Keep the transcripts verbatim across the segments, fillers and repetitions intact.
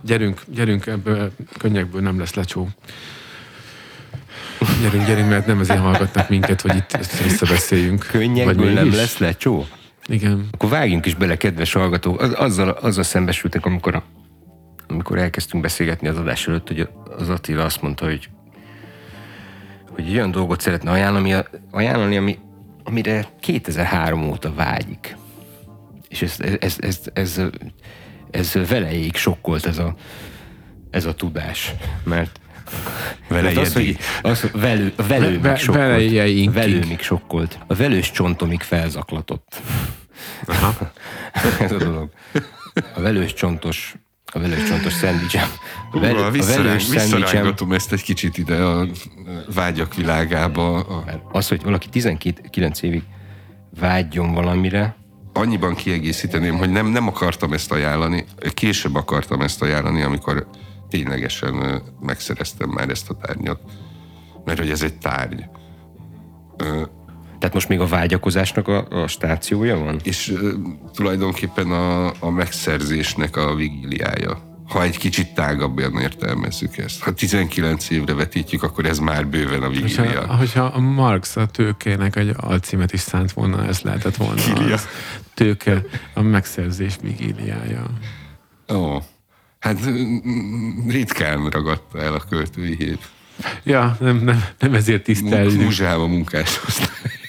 gyerünk, gyerünk, ebből könnyekből nem lesz lecsó. Gyerünk, gyerünk, mert nem ezért hallgatnak minket, hogy itt összebeszéljünk. Könnyekből nem lesz lecsó? Igen. Akkor vágjunk is bele, kedves hallgatók. Az, azzal, azzal szembesültek, amikor, a, amikor elkezdtünk beszélgetni az adás előtt, hogy az Attila azt mondta, hogy, hogy olyan dolgot szeretne ajánlani, ajánlani ami, amire kétezer-három óta vágyik. És ez, ez, ez, ez, ez, ez veleig sokkolt ez a, ez a tudás. Mert Vele az, hogy az, velő, velő Ve, még sokkolt. Velő még sokkolt. A velős csontomig felzaklatott. Aha. Ez a dolog. A velős csontos, a velős csontos szendvicsem. A, velő, a velős visszarángatom ezt egy kicsit ide a vágyak világába. A... Az, hogy valaki tizenkilenc évig vágyjon valamire. Annyiban kiegészíteném, hogy nem, nem akartam ezt ajánlani. Később akartam ezt ajánlani, amikor ténylegesen megszereztem már ezt a tárgyat. Mert hogy ez egy tárgy. Tehát most még a vágyakozásnak a, a stációja van? És uh, tulajdonképpen a, a megszerzésnek a vigíliája. Ha egy kicsit tágabban értelmezzük ezt. Ha tizenkilenc évre vetítjük, akkor ez már bőven a vigília. Hogyha, hogyha a Marx a tőkének egy alcímet is szánt volna, ez lehetett volna az tőke, a megszerzés vigíliája. Ó, hát ritkán ragadta el a költői hét. Ja, nem, nem, nem ezért tiszteljük. Múzsába munkásosztály.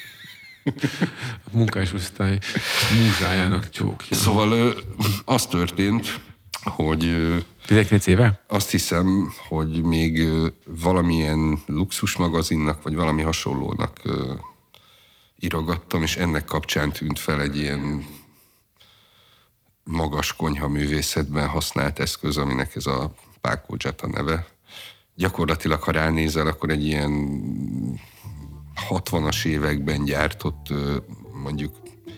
A munkásosztály múzsájának csókja. Szóval az történt, hogy... tizenkilenc éve? Azt hiszem, hogy még valamilyen luxusmagazinnak, vagy valami hasonlónak írogattam, és ennek kapcsán tűnt fel egy ilyen magas konyhaművészetben használt eszköz, aminek ez a pákódzsat a neve. Gyakorlatilag, ha ránézel, akkor egy ilyen hatvanas években gyártott mondjuk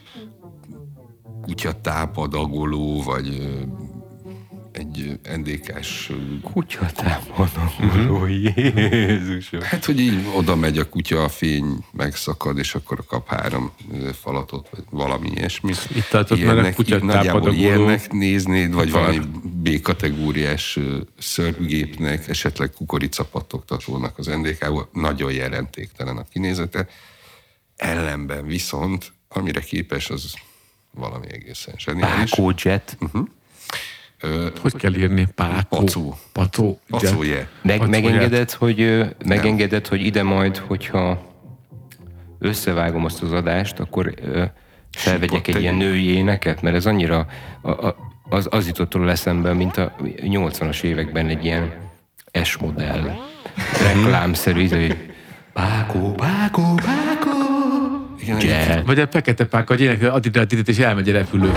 kutyatápadagoló, vagy egy en dé ká-s... Kutyatápadagoló, Jézusom! Hát, hogy így oda megy a kutya, a fény megszakad, és akkor kap három falatot, vagy valami ilyesmi. Itt tartott már a kutyatápadagoló. Nagyjából ilyennek néznéd, vagy valami B-kategóriás szörgépnek, esetleg kukoricapatogtatónak az en dé ká-ból. Nagyon jelentéktelen a kinézete. Ellenben viszont, amire képes, az valami egészen zseniális. Pákódzset. Uh-huh. Ö, hogy kell írni? Pákó. Pacó. Pacó. Pacó, yeah. Meg, megengeded, hogy, megengeded, hogy ide majd, hogyha összevágom azt az adást, akkor ö, felvegyek egy ilyen női éneket, mert ez annyira a, a, az, az jutott róla eszembe, mint a nyolcvanas években egy ilyen S-modell reklámszerű, hogy Pákó, Pákó, Pákó. Igen, vagy a Fekete Páka, hogy énekel Adidas Didit, és elmegy a repülő.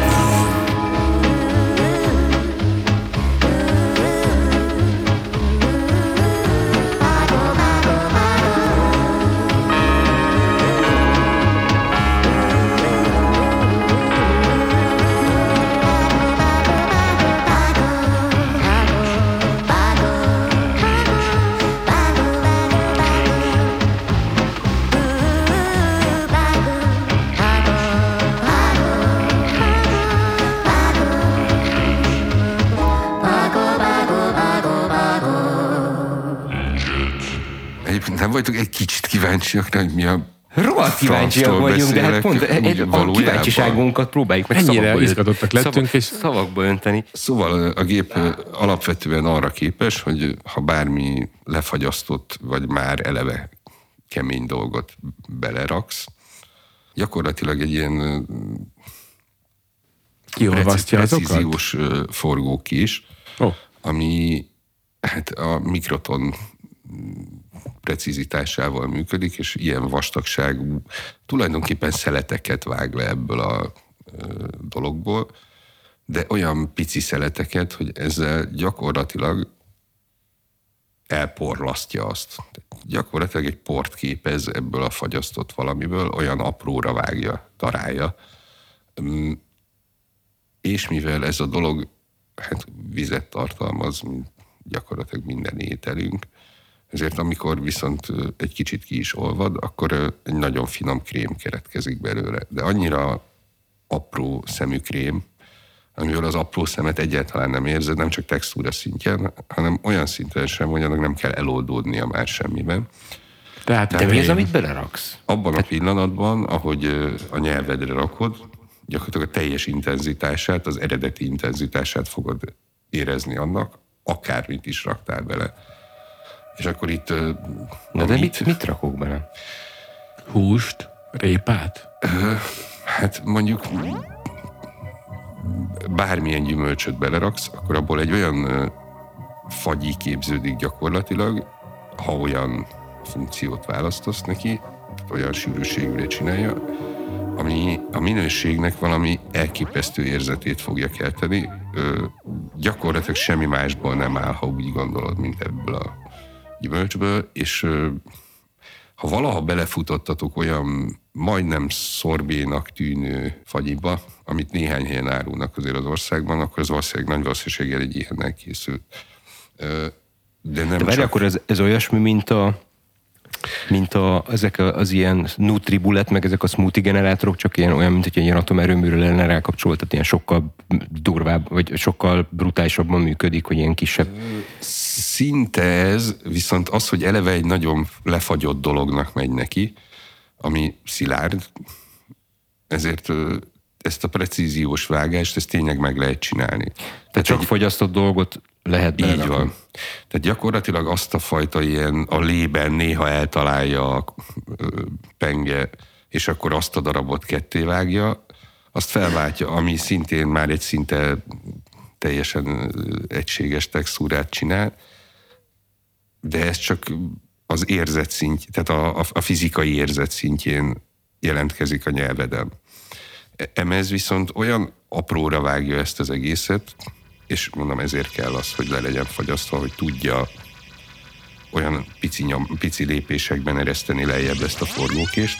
Nem vagytok egy kicsit kíváncsiak, hogy mi a rohadt kíváncsiak vagyunk, de hát pont egy, a kíváncsiságunkat próbáljuk meg szavakba, izgatottak lettünk, szavak, és szavakba önteni. Szóval a gép alapvetően arra képes, hogy ha bármi lefagyasztott, vagy már eleve kemény dolgot beleraksz, gyakorlatilag egy ilyen kiolvasztja azokat? precíziós forgókés, oh. ami hát a mikroton precizitásával működik, és ilyen vastagságú, tulajdonképpen szeleteket vág le ebből a ö, dologból, de olyan pici szeleteket, hogy ezzel gyakorlatilag elporlasztja azt. Gyakorlatilag egy port képez ebből a fagyasztott valamiből, olyan apróra vágja, darálja. És mivel ez a dolog hát vizet tartalmaz, gyakorlatilag minden ételünk, ezért amikor viszont egy kicsit ki is olvad, akkor egy nagyon finom krém keretkezik belőle. De annyira apró szemű krém, amivel az apró szemet egyáltalán nem érzed, nem csak textúra szintjén, hanem olyan szinten sem, hogy annak nem kell eloldódnia már semmiben. Tehát, de mi az, amit beleraksz? Abban a pillanatban, ahogy a nyelvedre rakod, gyakorlatilag a teljes intenzitását, az eredeti intenzitását fogod érezni annak, akármit is raktál bele. És akkor itt... Na de mit, mit rakok bele? Húst? Répát? Hát mondjuk bármilyen gyümölcsöt beleraksz, akkor abból egy olyan fagyi képződik gyakorlatilag, ha olyan funkciót választasz neki, olyan sűrűségűre csinálja, ami a minőségnek valami elképesztő érzetét fogja kelteni. Ö, gyakorlatilag semmi másból nem áll, ha úgy gondolod, mint ebből a gyümölcsből, és ö, ha valaha belefutottatok olyan majdnem szorbénak tűnő fagyiba, amit néhány helyen árulnak azért az országban, akkor az valószínűleg nagy valószínűséggel egy ilyennel készült. Ö, de nem de várj, csak... akkor ez, ez olyasmi, mint a mint a, ezek az ilyen Nutribullet, meg ezek a smoothie generátorok, csak ilyen, olyan, mint hogy ilyen atomerőműre lenne rákapcsolt, tehát ilyen sokkal durvább, vagy sokkal brutálisabban működik, hogy ilyen kisebb. Szinte ez, viszont az, hogy eleve egy nagyon lefagyott dolognak megy neki, ami szilárd, ezért ezt a precíziós vágást, ezt tényleg meg lehet csinálni. Tehát csak egy fogyasztott dolgot lehet belerakni. Így van. Tehát gyakorlatilag azt a fajta ilyen a lében néha eltalálja a penge, és akkor azt a darabot ketté vágja, azt felváltja, ami szintén már egy szinte teljesen egységes textúrát csinál, de ez csak az érzet szintjén, tehát a, a, a fizikai érzet szintjén jelentkezik a nyelveden. Emez viszont olyan apróra vágja ezt az egészet, és mondom, ezért kell az, hogy le legyen fagyasztva, hogy tudja olyan pici, nyom, pici lépésekben ereszteni lejjebb ezt a forgókést,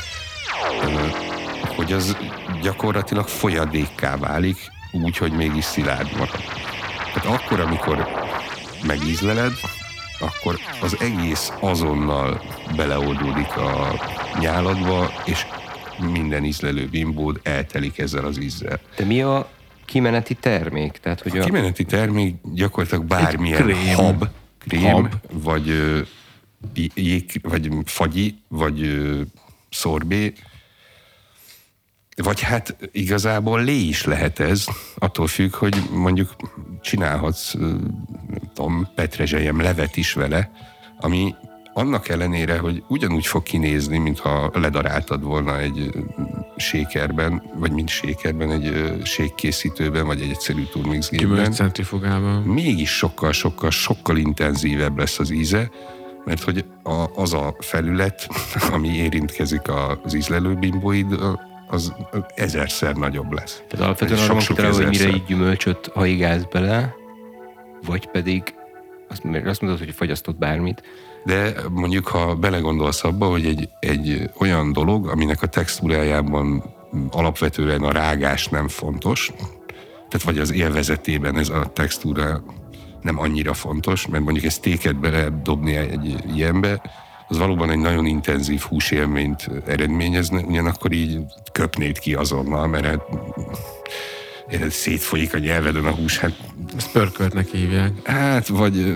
hogy az gyakorlatilag folyadékká válik, úgy, hogy mégis szilárd marad. Tehát akkor, amikor megízleled, akkor az egész azonnal beleoldódik a nyáladba, és minden ízlelő bimbód eltelik ezzel az ízzel. De mi a kimeneti termék? Tehát, hogy a, a kimeneti termék gyakorlatilag bármilyen krém, hab, krém, hab. Vagy, ö, jég, vagy fagyi, vagy ö, szorbé, vagy hát igazából lé is lehet ez, attól függ, hogy mondjuk csinálhatsz, nem tudom, petrezselyem levet is vele, ami annak ellenére, hogy ugyanúgy fog kinézni, mintha ledaráltad volna egy sékerben, vagy mint sékerben, egy sékkészítőben, vagy egy egyszerű turmixgépben. Gyümölcscentrifugában. Mégis sokkal, sokkal, sokkal intenzívebb lesz az íze, mert hogy a, az a felület, ami érintkezik az ízlelőbimbóid, az ezerszer nagyobb lesz. Tehát alapvetően arra van kitalálva, hogy mire így gyümölcsöt haigálsz bele, vagy pedig azt, azt mondod, hogy fagyasztott bármit. De mondjuk, ha belegondolsz abba, hogy egy, egy olyan dolog, aminek a textúrájában alapvetően a rágás nem fontos, tehát vagy az élvezetében ez a textúra nem annyira fontos, mert mondjuk egy steaket bele dobni egy ilyenbe, az valóban egy nagyon intenzív húsélményt eredményezne, ugyanakkor így köpnéd ki azonnal, mert hát szétfolyik a nyelveden a hús. Hát, ezt pörköltnek hívják. Hát, vagy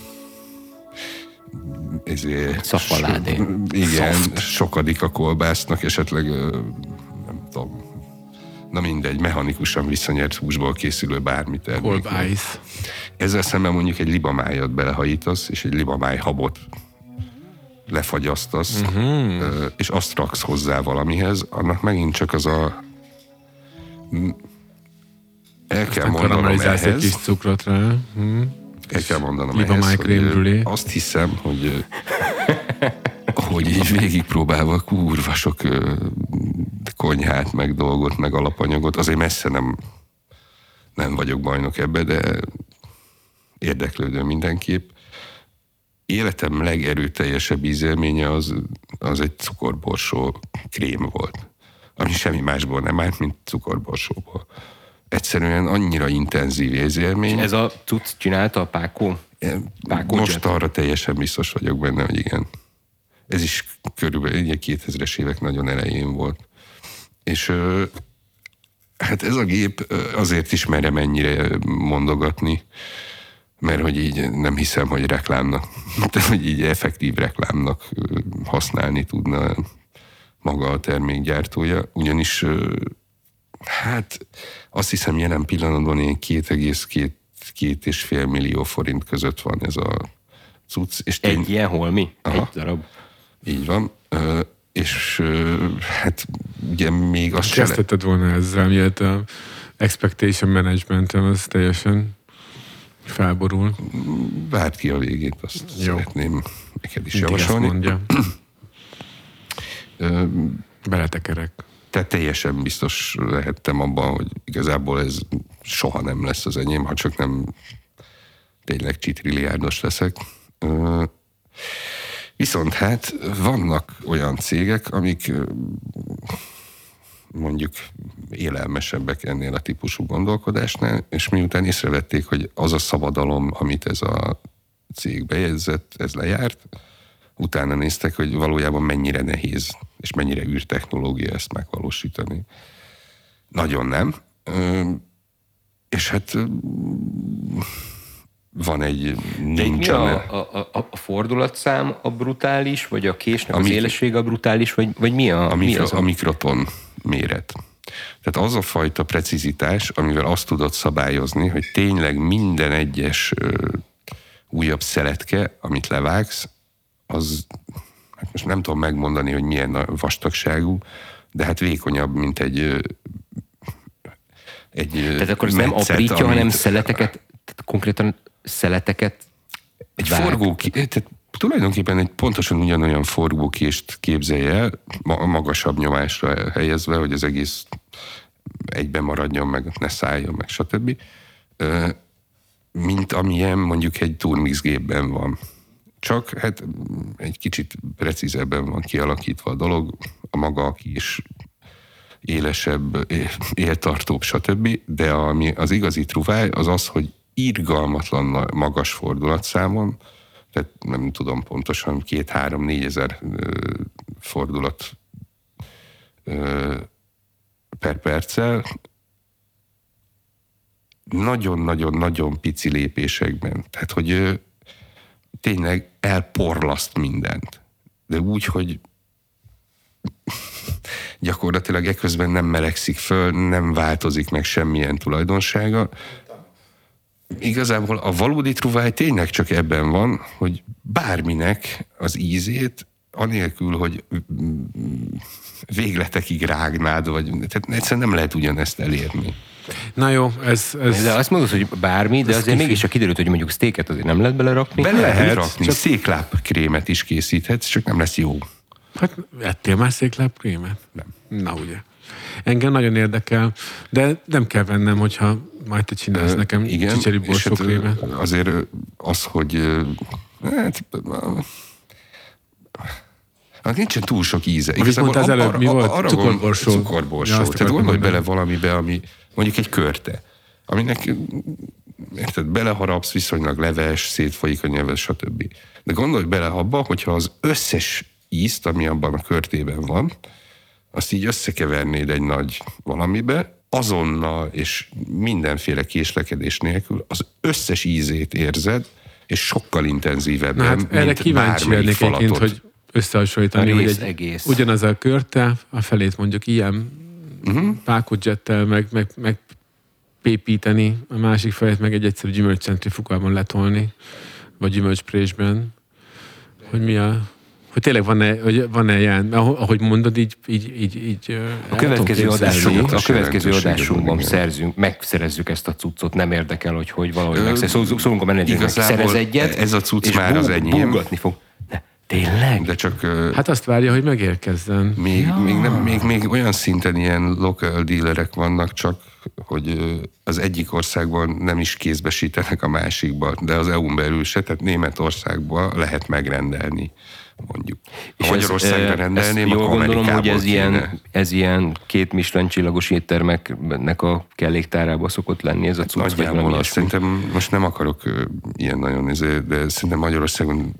ezért... Szafaládé. Igen, Soft. Sokadik a kolbásznak, esetleg nem tudom, na mindegy, mechanikusan visszanyert húsból készülő bármi termék. Kolbász. Ezzel szemben mondjuk egy libamájat belehajítasz, és egy libamáj habot lefagyasztasz, uh-huh. és azt raksz hozzá valamihez, annak megint csak az a... El aztán kell mondanom ehhez... egy kis cukrot rá. Hmm. El kell mondanom ehhez, hogy azt hiszem, hogy, hogy így végigpróbálva kurva sok konyhát, meg dolgot, meg alapanyagot, azért messze nem, nem vagyok bajnok ebbe, de érdeklődő mindenképp. Életem legerőteljesebb ízélménye az, az egy cukorborsó krém volt, ami semmi másból nem állt, mint cukorborsóból. Egyszerűen annyira intenzív ízélmény. Ez a cucc csinálta a Pákó? Pákó Most jet. Arra teljesen biztos vagyok benne, hogy igen. Ez is körülbelül a kétezres évek nagyon elején volt. És ö, Hát ez a gép azért is merem ennyire mondogatni, mert hogy így nem hiszem, hogy reklámnak, de hogy így effektív reklámnak használni tudna maga a termékgyártója, ugyanis hát azt hiszem jelen pillanatban ilyen két egész két és fél millió forint között van ez a cucc. És Egy tény... ilyen holmi? Aha. Egy darab? Így van. És hát ugye még azt se... Kezdheted volna ezzel, miért a expectation management-em az teljesen felborul. Várd ki a végét, azt Jó. szeretném neked is Mindig javasolni. Ezt mondja. Beletekerek. Tehát teljesen biztos lehettem abban, hogy igazából ez soha nem lesz az enyém, ha csak nem tényleg csitrilliárdos leszek. Viszont hát vannak olyan cégek, amik mondjuk élelmesebbek ennél a típusú gondolkodásnál, és miután észrevették, hogy az a szabadalom, amit ez a cég bejegyzett, ez lejárt, utána néztek, hogy valójában mennyire nehéz, és mennyire űrtechnológia ezt megvalósítani. Nagyon nem. És hát van egy nincs. A, a, a, a fordulatszám a brutális, vagy a késnek a az mik- élessége a brutális, vagy, vagy mi a... A, mikro, mi az a... a mikroton méret. Tehát az a fajta precizitás, amivel azt tudod szabályozni, hogy tényleg minden egyes ö, újabb szeletke, amit levágsz, az, hát most nem tudom megmondani, hogy milyen a vastagságú, de hát vékonyabb, mint egy egy Tehát akkor ez nem aprítja, amit, hanem szeleteket, tehát konkrétan szeleteket egy forgókés, tehát tulajdonképpen egy pontosan ugyanolyan forgókést képzelje el, magasabb nyomásra helyezve, hogy az egész egyben maradjon, meg ne szálljon, meg stb. Mint amilyen mondjuk egy Turnix gépben van. Csak hát egy kicsit precízebben van kialakítva a dolog, a maga a kis élesebb, éltartóbb, stb. De ami az igazi truváj, az az, hogy irgalmatlan magas fordulatszámon, tehát nem tudom pontosan, két-három-négy ezer fordulat ö, per perccel, nagyon-nagyon-nagyon pici lépésekben. Tehát, hogy ö, tényleg elporlaszt mindent. De úgy, hogy gyakorlatilag eközben nem melegszik föl, nem változik meg semmilyen tulajdonsága. Igazából a valódi truváj tényleg csak ebben van, hogy bárminek az ízét, anélkül, hogy végletekig rágnád, vagy tehát egyszerűen nem lehet ugyanezt elérni. Na jó, ez... ez... De azt mondod, hogy bármi, de azért mégis csak kiderült, hogy mondjuk sztéket azért nem lehet belerakni. Be lehet rakni, csak... széklábkrémet is készíthetsz, csak nem lesz jó. Hát ettél már széklábkrémet? Nem. Na ugye. Engem nagyon érdekel, de nem kell vennem, hogyha majd te csinálsz nekem csicseri borsókrémet. Hát azért az, hogy hát, hát nincsen túl sok íze. Amit mondtál az előbb, mi volt? Cukorborsó. Cukorborsó. Ja, tehát gondolj bele valamibe, ami mondjuk egy körte, aminek érted, beleharapsz, viszonylag leves, szétfolyik a nyelvez, stb. De gondolj bele abba, hogyha az összes ízt, ami abban a körtében van, azt így összekevernéd egy nagy valamibe, azonnal és mindenféle késlekedés nélkül az összes ízét érzed, és sokkal intenzívebben, Na hát, mint bármelyik falatot. Hogy összehasonlítani, hogy egy egész. Ugyanaz a körte, a felét mondjuk ilyen uh-huh. pákódzsettel, meg, meg, meg pépíteni, a másik felét meg egy egyszerű gyümölcscentrifugában letolni, vagy gyümölcsprésben, hogy mi a... Hogy tényleg van-e, hogy van-e ilyen, ahogy mondod, így... így, így, így a következő, adásunk, a következő adásunkban szerzünk, megszerezzük ezt a cuccot, nem érdekel, hogy hogy valahogy megszerzünk. Szólunk a menedzsernek, szerez egyet, ez a cucc már az enyém. Búgatni fog. De, tényleg? De csak... Hát azt várja, hogy megérkezzen. Még, ja. még, nem, még, még olyan szinten ilyen local dealerek vannak, csak hogy az egyik országban nem is kézbesítenek a másikba, de az é u-n belül se, tehát Németországban lehet megrendelni. Mondjuk. Ha Magyarországra rendelném, jól akkor gondolom, hogy ez kéne. ilyen, ez ilyen két Michelin csillagos éttermeknek a kelléktárába szokott lenni ez a cucc. Nagyjából azt szerintem, most nem akarok uh, ilyen nagyon, de szerintem Magyarországon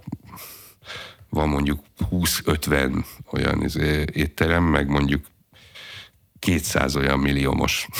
van mondjuk húsz-ötven olyan izé, étterem, meg mondjuk kétszáz olyan milliómos.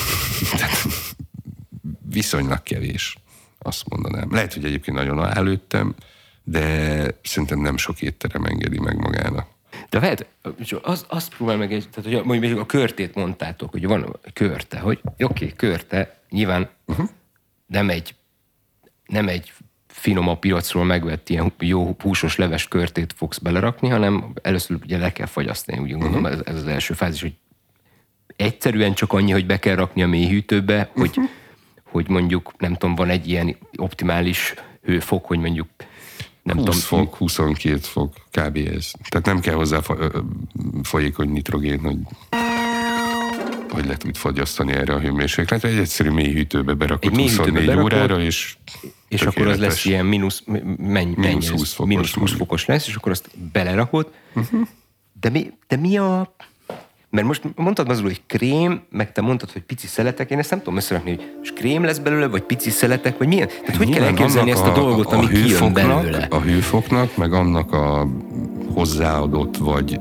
Viszonylag kevés, azt mondanám. Lehet, hogy egyébként nagyon előttem, de szerintem nem sok étterem engedi meg magának. De lehet, az, azt próbál meg, egy, tehát, hogy mondjuk a körtét mondtátok, hogy van a körte, hogy oké, okay, körte, nyilván uh-huh. nem egy nem egy finom a piacról megvett ilyen jó húsos leves körtét fogsz belerakni, hanem először ugye le kell fagyasztani, úgy gondolom, uh-huh. ez, ez az első fázis, hogy egyszerűen csak annyi, hogy be kell rakni a mélyhűtőbe, hogy, uh-huh. hogy mondjuk, nem tudom, van egy ilyen optimális hőfok, hogy mondjuk nem húsz tudom, fok, huszonkét fok, kb. Ez. Tehát nem kell hozzá folyékony nitrogén, hogy, hogy le tud fagyasztani erre a hőmérsékletre. Egy egyszerű mélyhűtőbe berakod huszonnégy berakod, órára, és és akkor az lesz ilyen mínusz, menny, mínusz húsz fokos, mínusz húsz fokos lesz, és akkor azt belerakod. Uh-huh. De, mi, de mi a... Mert most mondtad azul, hogy krém, meg te mondtad, hogy pici szeletek, én ezt nem tudom összerakni, hogy most krém lesz belőle, vagy pici szeletek, vagy milyen? Tehát hogy kell elképzelni ezt a, a dolgot, a, a ami kijön belőle? A hőfoknak, meg annak a hozzáadott, vagy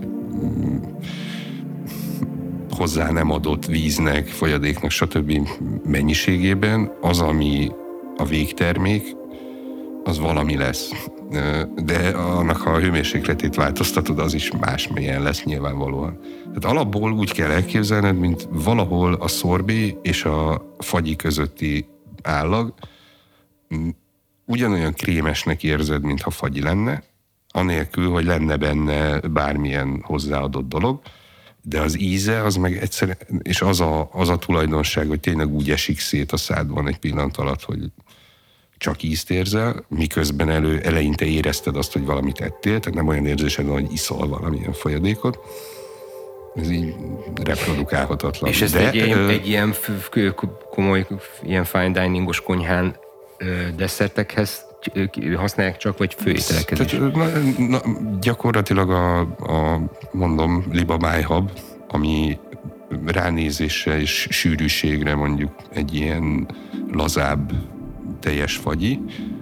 hozzá nem adott víznek, folyadéknak, stb. Mennyiségében az, ami a végtermék, az valami lesz. De annak, ha a hőmérsékletét változtatod, az is másmilyen lesz nyilvánvalóan. Tehát alapból úgy kell elképzelned, mint valahol a szorbé és a fagyi közötti állag ugyanolyan krémesnek érzed, mintha fagyi lenne, anélkül, hogy lenne benne bármilyen hozzáadott dolog, de az íze, az meg egyszerűen, és az a, az a tulajdonság, hogy tényleg úgy esik szét a szádban egy pillanat alatt, hogy csak ízt érzel, miközben elő, eleinte érezted azt, hogy valamit ettél, tehát nem olyan érzésed van, hogy iszol valamilyen folyadékot. Ez így reprodukálhatatlan. És ezt de, egy, ö... egy ilyen komoly, ilyen fine diningos konyhán desszertekhez használják csak, vagy főételekhez is? Na, na, gyakorlatilag a, a mondom, libamájhab, ami ránézésre és sűrűségre mondjuk egy ilyen lazább, teljes fagyi,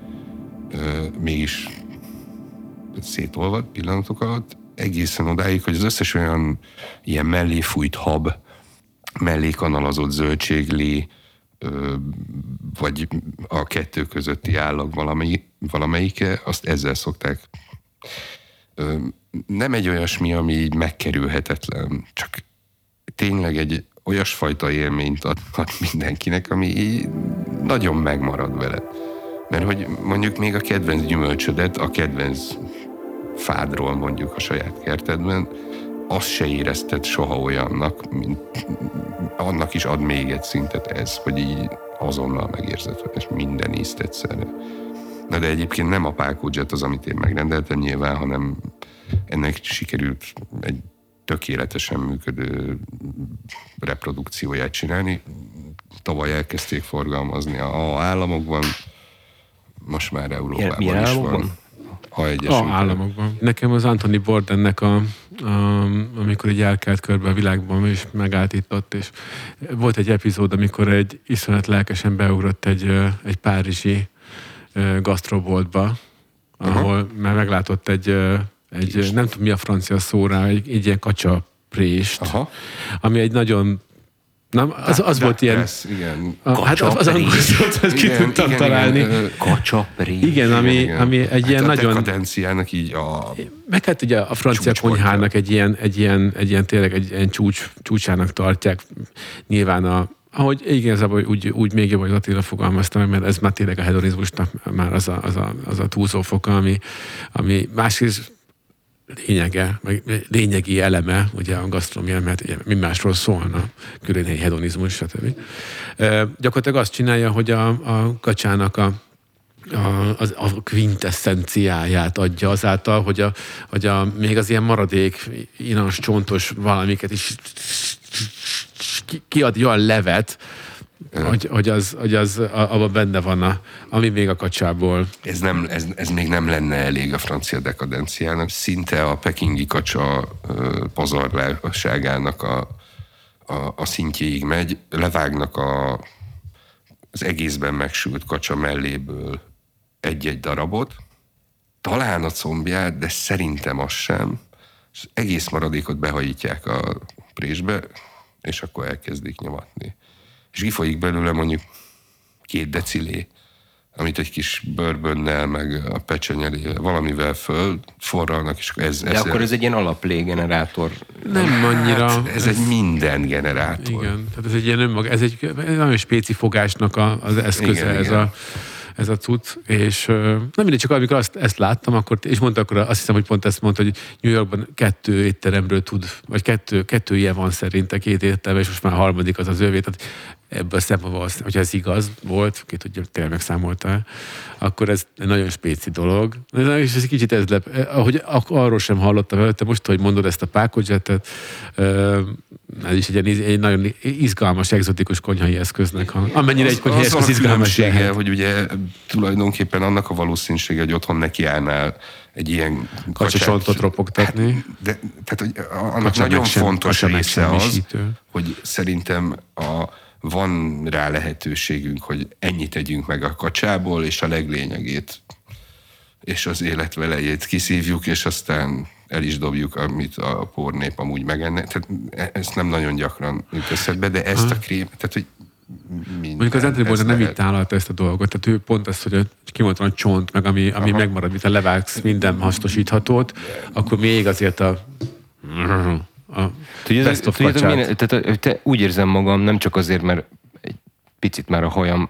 mégis szétolvad pillanatok alatt, egészen odáig, hogy az összes olyan ilyen mellé fújt hab, mellé kanalazott zöldséglé, vagy a kettő közötti állag valamelyik, valamelyike, azt ezzel szokták. Nem egy olyasmi, ami így megkerülhetetlen, csak tényleg egy olyasfajta élményt ad, ad mindenkinek, ami így nagyon megmarad veled. Mert hogy mondjuk még a kedvenc gyümölcsödet, a kedvenc fádról mondjuk a saját kertedben, azt se érezted soha olyannak, mint annak is ad még egy szintet ez, hogy így azonnal megérzed, és minden ízt egyszerre. Na de egyébként nem a pákódzset az, amit én megrendeltem nyilván, hanem ennek sikerült egy tökéletesen működő reprodukcióját csinálni. Tavaly elkezdték forgalmazni a államokban, most már Európában milyen is államokban? van. Ha a államokban. Nekem az Anthony Bourdainnek a, a, amikor így elkelt körbe a világban, és megállt itt ott, és volt egy epizód, amikor egy iszonyat lelkesen beugrott egy, egy párizsi gasztroboltba, ahol uh-huh. már meglátott egy, egy nem tudom mi a francia szó rá, egy, egy ilyen kacsaprést, uh-huh. ami egy nagyon nem, az, az volt ilyen... Lesz, igen. A, hát az, az angolszót, hogy ki tudtam igen, találni. Igen, kacsaprés. Igen, ami, igen. ami egy hát ilyen a nagyon... A dekadenciának így a... Meg hát ugye a francia konyhának egy ilyen, egy ilyen, egy ilyen tényleg egy ilyen csúcs, csúcsának tartják. Nyilván a... Ahogy igazából úgy, úgy még jobb, hogy Attila fogalmazta meg, mert ez már tényleg a hedonizmusnak már az a, az a, az a túlzófoka, ami, ami másrészt lényege, meg lényegi eleme, ugye a gasztronómia, mert ugye mi másról szólna, külön egy hedonizmus, stb. E, gyakorlatilag azt csinálja, hogy a, a kacsának a, a, a quintesszenciáját adja azáltal, hogy, a, hogy a, még az ilyen maradék, inas, csontos valamiket is kiad olyan levet, Hogy, hogy az, hogy az abban benne van, a, ami még a kacsából. Ez, nem, ez, ez még nem lenne elég a francia dekadenciának. Szinte a pekingi kacsa pazarlásságának a, a, a szintjéig megy. Levágnak a, az egészben megsült kacsa melléből egy-egy darabot. Talán a combját, de szerintem az sem. És egész maradékot behajítják a présbe, és akkor elkezdik nyomatni. És kifolyik belőle mondjuk két decilé, amit egy kis bourbonnel, meg a pecsenyelével, valamivel fölforralnak, és ez... De akkor ez egy ilyen alapléggenerátor. Nem annyira... Hát ez, ez egy minden generátor. Igen, tehát ez egy ilyen önmag, ez egy nagyon spéci fogásnak a, az eszköze, igen, ez, igen. A, ez a cucc, és nem mindegy, csak amikor azt, ezt láttam, akkor, és mondta, akkor azt hiszem, hogy pont ezt mondta, hogy New Yorkban kettő étteremről tud, vagy kettő, kettő ilyen van szerinte, két étterem, és most már a harmadik az az övé, tehát ebből a szempontból, hogyha ez igaz volt, ki tudja, tényleg megszámolta, akkor ez egy nagyon spéci dolog. És ez egy kicsit ez lep, ahogy arról sem hallottam előtte, most, hogy mondod ezt a pákodzsetet, ez is egy, egy nagyon izgalmas, egzotikus konyhai eszköznek. Amennyire egy konyhai eszköz izgalmas lehet. Hogy ugye tulajdonképpen annak a valószínűsége, hogy otthon nekiállnál egy ilyen kacsacsontot ropogtatni. Hát, de, tehát, hogy annak kacsa nagyon sem, fontos része az, hogy szerintem a van rá lehetőségünk, hogy ennyit tegyünk meg a kacsából, és a leglényegét, és az élet velejét kiszívjuk, és aztán el is dobjuk, amit a pornép amúgy megenne. Tehát ezt nem nagyon gyakran jut eszedbe, de ezt a krém, tehát hogy minden. Mondjuk az Anthony Bourdain nem így tálalta ezt a dolgot, tehát ő pont ezt, hogy kimondta a csont, meg ami, ami megmarad, mint a levágsz minden hasznosíthatót, akkor még azért a... a best of kacsát. Tehát te úgy érzem magam, nem csak azért, mert egy picit már a hajamnak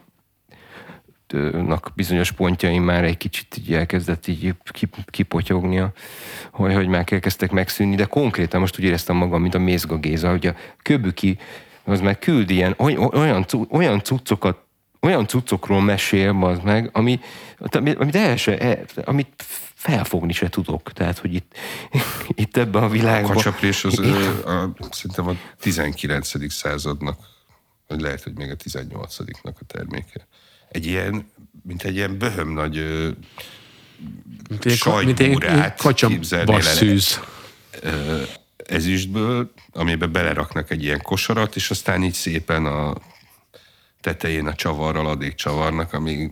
bizonyos pontjaim már egy kicsit így elkezdett így kipotyognia, hogy, hogy már elkezdtek megszűnni, de konkrétan most úgy éreztem magam, mint a Mézga Géza, hogy a Köbüki az meg küld ilyen olyan, olyan cuccokat, olyan cuccokról mesél az meg, ami, amit, el se, amit felfogni se tudok. Tehát, hogy itt, itt ebben a világban... A kacsaprés az a, a, szerintem a tizenkilencedik századnak, vagy lehet, hogy még a tizennyolcadiknak a terméke. Egy ilyen, mint egy ilyen böhöm nagy sajtbúrát képzelnél el ezüstből, amiben beleraknak egy ilyen kosarat, és aztán így szépen a tetején a csavarral adék csavarnak, amíg...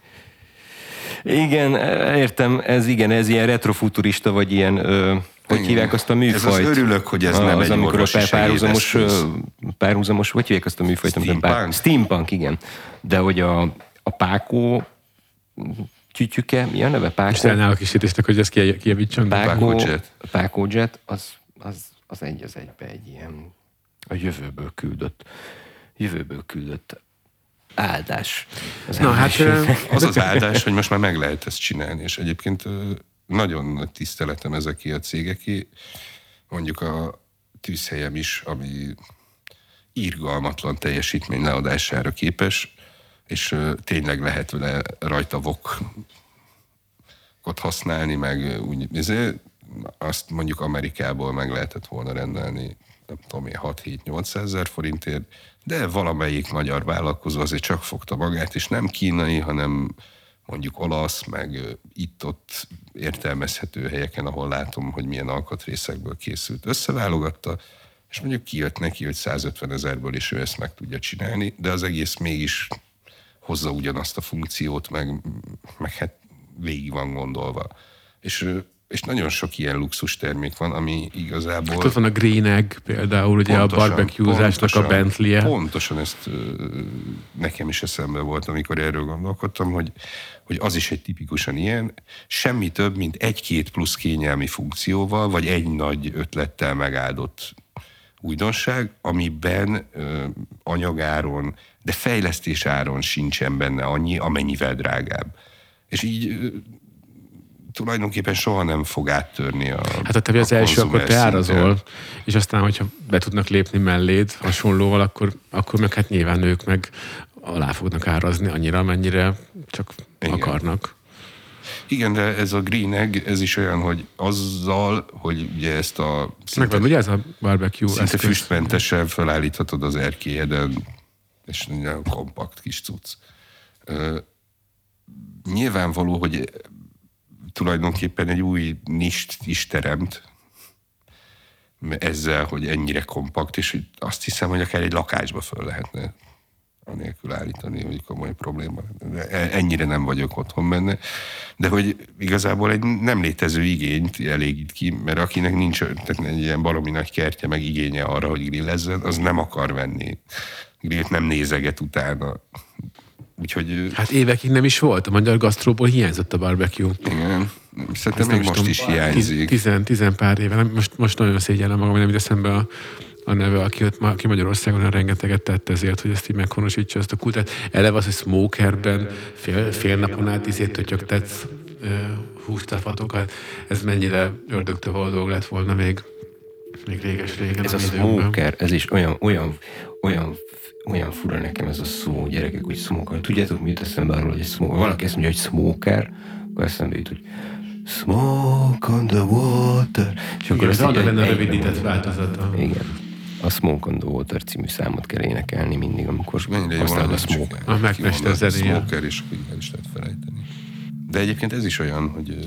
Igen, értem, ez igen, ez ilyen retrofuturista, vagy ilyen, ö, hogy igen. Hívják azt a műfajt? Ez az örülök, hogy ez nem az, egy orvosi párhuzamos, párhuzamos, hogy hívják azt a műfajt? Steampunk? Steampunk, igen. De hogy a, a pákó tyütyüke, mi a neve? Pákó? És elnál a kísértésnek, hogy ezt kijavítson. Pákó jet. Pákó jet, az, az, az egy az egybe egy ilyen a jövőből küldött, jövőből küldött áldás. Az Na, hát, az az áldás, hogy most már meg lehet ezt csinálni, és egyébként nagyon nagy tiszteletem ezeké a cégeké, mondjuk a Tűzhelyem is, ami irgalmatlan teljesítmény leadására képes, és tényleg lehet vele rajta vokot használni, meg úgy, ezért azt mondjuk Amerikából meg lehetett volna rendelni, nem tudom én, hat-hét-nyolcszázezer forintért, de valamelyik magyar vállalkozó azért csak fogta magát, és nem kínai, hanem mondjuk olasz, meg itt-ott értelmezhető helyeken, ahol látom, hogy milyen alkatrészekből készült, összeválogatta, és mondjuk kijött neki, hogy százötven ezerből is ő ezt meg tudja csinálni, de az egész mégis hozza ugyanazt a funkciót, meg, meg hát végig van gondolva. És és nagyon sok ilyen luxus termék van, ami igazából... Hát ott van a Green Egg például, ugye pontosan, a barbecue-zásnak a Bentley-e. Pontosan ezt nekem is eszembe volt, amikor erről gondolkodtam, hogy, hogy az is egy tipikusan ilyen, semmi több, mint egy-két plusz kényelmi funkcióval, vagy egy nagy ötlettel megáldott újdonság, amiben ö, anyagáron, de fejlesztés áron sincsen benne annyi, amennyivel drágább. És így... Ö, tulajdonképpen soha nem fog áttörni a Hát ha te az első, akkor te árazol, és aztán, hogyha be tudnak lépni melléd hasonlóval, akkor, akkor meg hát nyilván ők meg alá fognak árazni annyira, amennyire csak igen. akarnak. Igen, de ez a Green Egg, ez is olyan, hogy azzal, hogy ugye ezt a... Megvan, ugye ez a barbecue szinte eszköz. Füstmentesen felállíthatod az erkélyeden, és nagyon kompakt kis cucc. Uh, nyilvánvaló, hogy tulajdonképpen egy új nist is teremt ezzel, hogy ennyire kompakt, és azt hiszem, hogy akár egy lakásba föl lehetne anélkül állítani, hogy komoly probléma. De ennyire nem vagyok otthon benne. De hogy igazából egy nem létező igényt elégít ki, mert akinek nincs tehát egy ilyen baromi nagy kertje, meg igénye arra, hogy grillezzen, az nem akar venni. Grillt nem nézeget utána. Úgyhogy... Hát évekig nem is volt. A magyar gasztróból hiányzott a barbecue. Igen. Szerintem még most tudom, is hiányzik. Tizen, tizen pár éve. Most, most nagyon szégyellem magam, hogy nem jut eszembe a, a neve, aki, ott, aki Magyarországon rengeteget tett ezért, hogy ezt így meghonosítsa ezt a kultát. Eleve az, hogy smokerben fél, fél napon át izét tötyögtetsz uh, hústafatokat. Ez mennyire ördögtől való dolog lett volna még, még réges-régen. Ez a smoker, ez is olyan, olyan, olyan olyan fura nekem ez a szó, gyerekek, hogy smoker. Tudjátok, mi jut eszembe arról, hogy egy smoker? Valaki ezt mondja, hogy smoker, akkor eszembe jut, hogy smoke on the water. És akkor ez ad benne a rövidített változata. Igen. A Smoke on the Water című számot kell énekelni mindig, amikor használod a smoker. A megmester zenéje. Smoker, és akkor el is lehet felejteni. De egyébként ez is olyan, hogy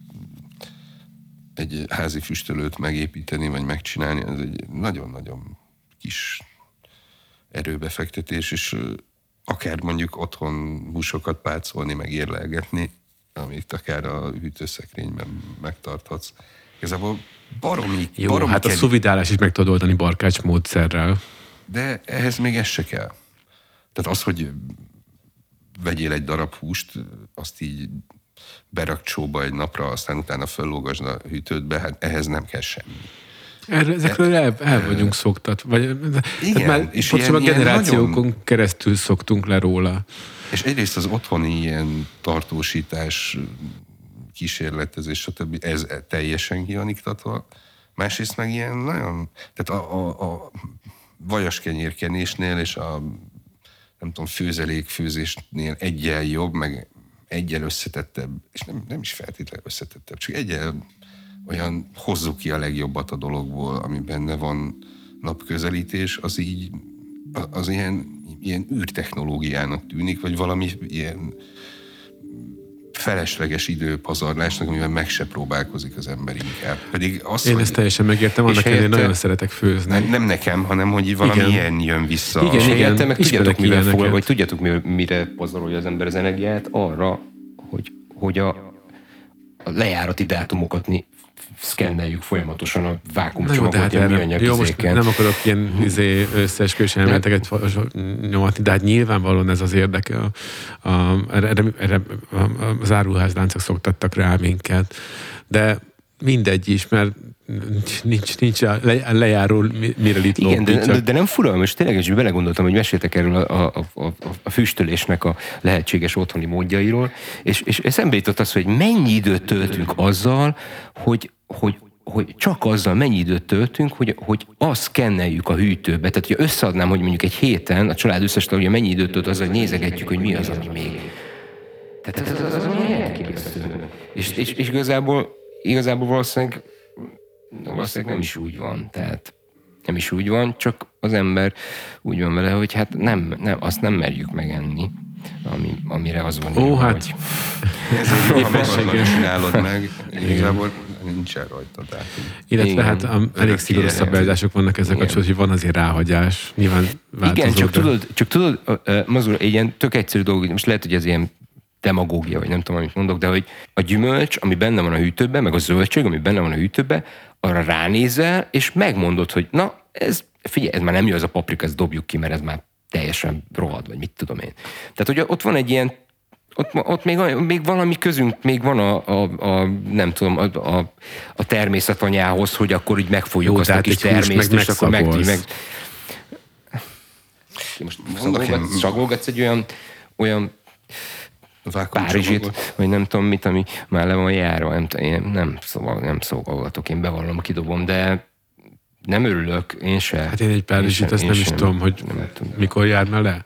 egy házi füstölőt megépíteni, vagy megcsinálni, ez egy nagyon-nagyon kis erőbefektetés, és akár mondjuk otthon húsokat pácolni, meg érlelgetni, amit akár a hűtőszekrényben megtarthatsz. Igazából baromi... Jó, baromi hát kell... a szuvidálás is meg tudod oldani barkács módszerrel. De ehhez még ez se kell. Tehát az, hogy vegyél egy darab húst, azt így berak csóba egy napra, aztán utána föllógasd a hűtődbe, hát ehhez nem kell semmi. Erre, ezekről el, el vagyunk szoktat. Vagy, igen, már és ilyen, a generációkon nagyon... keresztül szoktunk le róla. És egyrészt az otthoni ilyen tartósítás, kísérletezés, stb. Ez teljesen kianiktatva. Másrészt meg ilyen nagyon... Tehát a, a, a vajaskenyérkenésnél és a nem tudom, főzelékfőzésnél egyen jobb, meg egyen összetettebb, és nem, nem is feltétlenül összetettebb, csak egyen olyan hozzuk ki a legjobbat a dologból, ami benne van napközelítés, az így, az ilyen, ilyen űrtechnológiának tűnik, vagy valami ilyen felesleges időpazarlásnak, amivel meg se próbálkozik az ember inkább. Pedig azt, én ezt teljesen megértem, annak én nagyon szeretek főzni. Nem, nem nekem, hanem hogy valami igen. ilyen jön vissza. Igen, és igen, igen. Meg tudjátok, mivel fog, vagy tudjátok, mire pazarolja az ember az energiát? Arra, hogy, hogy a, a lejárati dátumokat szkenneljük folyamatosan a vákumcsomagot, a műanyag jó, most nem akarok ilyen izé, összeesküvés elméleteket nyomatni, de hát nyilvánvalóan ez az érdeke. A, a, erre, erre az áruházláncok szoktattak rá minket. De mindegy is, mert nincs, nincs a lejáró, mire itt igen, de, de, de nem fura, most tényleg is belegondoltam, hogy meséltek erről a, a, a, a füstölésnek a lehetséges otthoni módjairól, és, és eszembe jutott az, hogy mennyi időt töltünk azzal, hogy, hogy, hogy csak azzal mennyi időt töltünk, hogy, hogy azt szkenneljük a hűtőbe. Tehát, hogyha összeadnám, hogy mondjuk egy héten a család összes tagja mennyi időt tölt azzal, hogy nézegetjük, hogy mi az, ami még. Tehát ez az, az, az elképesztő. És, és, és igazából, igazából valószínűleg valószínűleg nem is úgy van, tehát nem is úgy van, csak az ember úgy van vele, hogy hát nem, nem azt nem merjük megenni, ami, amire az van. Ó, írva, hát. Hogy... Ezért jó, ha magadnak csinálod meg, igazából nincsen rajta. Tehát, illetve igen, hát um, elég szigorú szabályozások vannak ezek kapcsolatban, hogy van azért ráhagyás. Nyilván változó. Igen, csak de... tudod, csak tudod, uh, Mazur, egy ilyen tök egyszerű dolog, most lehet, hogy ez ilyen demagógia, vagy nem tudom, amit mondok, de hogy a gyümölcs, ami benne van a hűtőben, meg a zöldség, ami benne van a hűtőben, arra ránézel, és megmondod, hogy na, ez, figyelj, ez már nem jó, ez a paprika, ezt dobjuk ki, mert ez már teljesen rohad, vagy mit tudom én. Tehát, hogy ott van egy ilyen, ott, ott még, még valami közünk, még van a, a, a nem tudom, a, a, a természetanyához, hogy akkor így megfogjuk jó, azt a kis természt, és akkor meg... meg most szagolgatsz egy olyan, olyan Párizsit, vagy nem tudom mit, ami már le van járva, nem, én nem, szóval nem szolgálgatok, én bevallom, kidobom, de nem örülök, én se. Hát én egy Párizsit, azt nem is tudom, hogy nem tudom. Mikor járna le.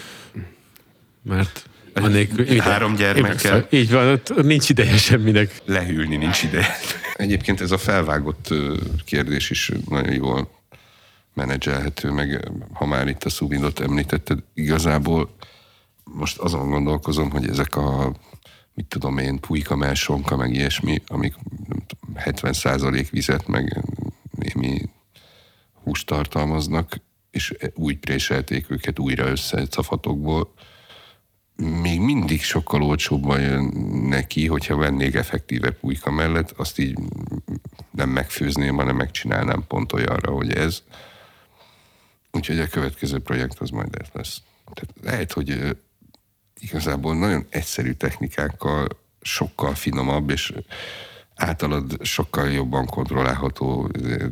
Mert annélkül... Három gyermekkel... Így van, ott nincs ideje semminek. Lehűlni nincs ideje. Egyébként ez a felvágott kérdés is nagyon jól menedzselhető, meg ha már itt a sous-vide-ot említetted, igazából most azon gondolkozom, hogy ezek a, mit tudom én, pulykamell, sonka, meg ilyesmi, amik hetven százalék vizet, meg némi húst tartalmaznak, és úgy préselték őket újra össze cafatokból, még mindig sokkal olcsóbban jön neki, hogyha vennék effektíve pulyka mellett, azt így nem megfőzném, hanem megcsinálnám pont olyanra, hogy ez. Úgyhogy a következő projekt az majd ez lesz. Tehát lehet, hogy igazából nagyon egyszerű technikákkal sokkal finomabb, és általad sokkal jobban kontrollálható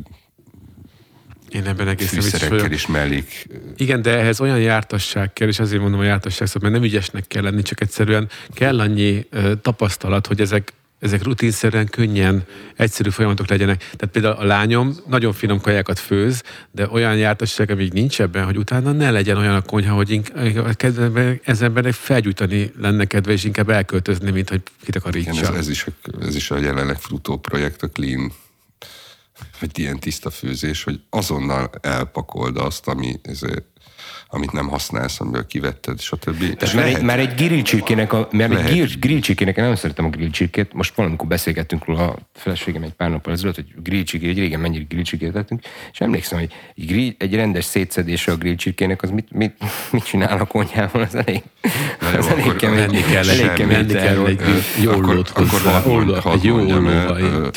Én ebben egészen fűszerekkel is mellék. Igen, de ehhez olyan jártasság kell, és azért mondom a jártasság szó, mert nem ügyesnek kell lenni, csak egyszerűen kell annyi uh, tapasztalat, hogy ezek, ezek rutinszerűen, könnyen, egyszerű folyamatok legyenek. Tehát például a lányom nagyon finom kajákat főz, de olyan jártasság, amíg nincs ebben, hogy utána ne legyen olyan a konyha, hogy inkább, ez embernek felgyújtani lenne kedve, és inkább elköltözni, mint hogy kitakarítsa. Igen, ez, ez, is a, ez is a jelenleg futó projekt, a Clean, vagy ilyen tiszta főzés, hogy azonnal elpakold azt, ami, ez, amit nem használsz, amiből kivetted, stb. Tehát már, egy, már egy grillcsirkének, a, már egy grillcsirkének, én nem szeretem a grillcsirkét, most valamikor beszélgettünk róla a feleségem egy pár nappal ezelőtt, hogy grillcsirkét, hogy régen mennyire grillcsirkét vettünk, és emlékszem, hogy egy, grill, egy rendes szétszedése a grillcsirkének, az mit, mit, mit csinál a konyhában, az elég, az elég kemény. Menni kell, elég kemény kell egy jólót hozzá. Egy jólóval.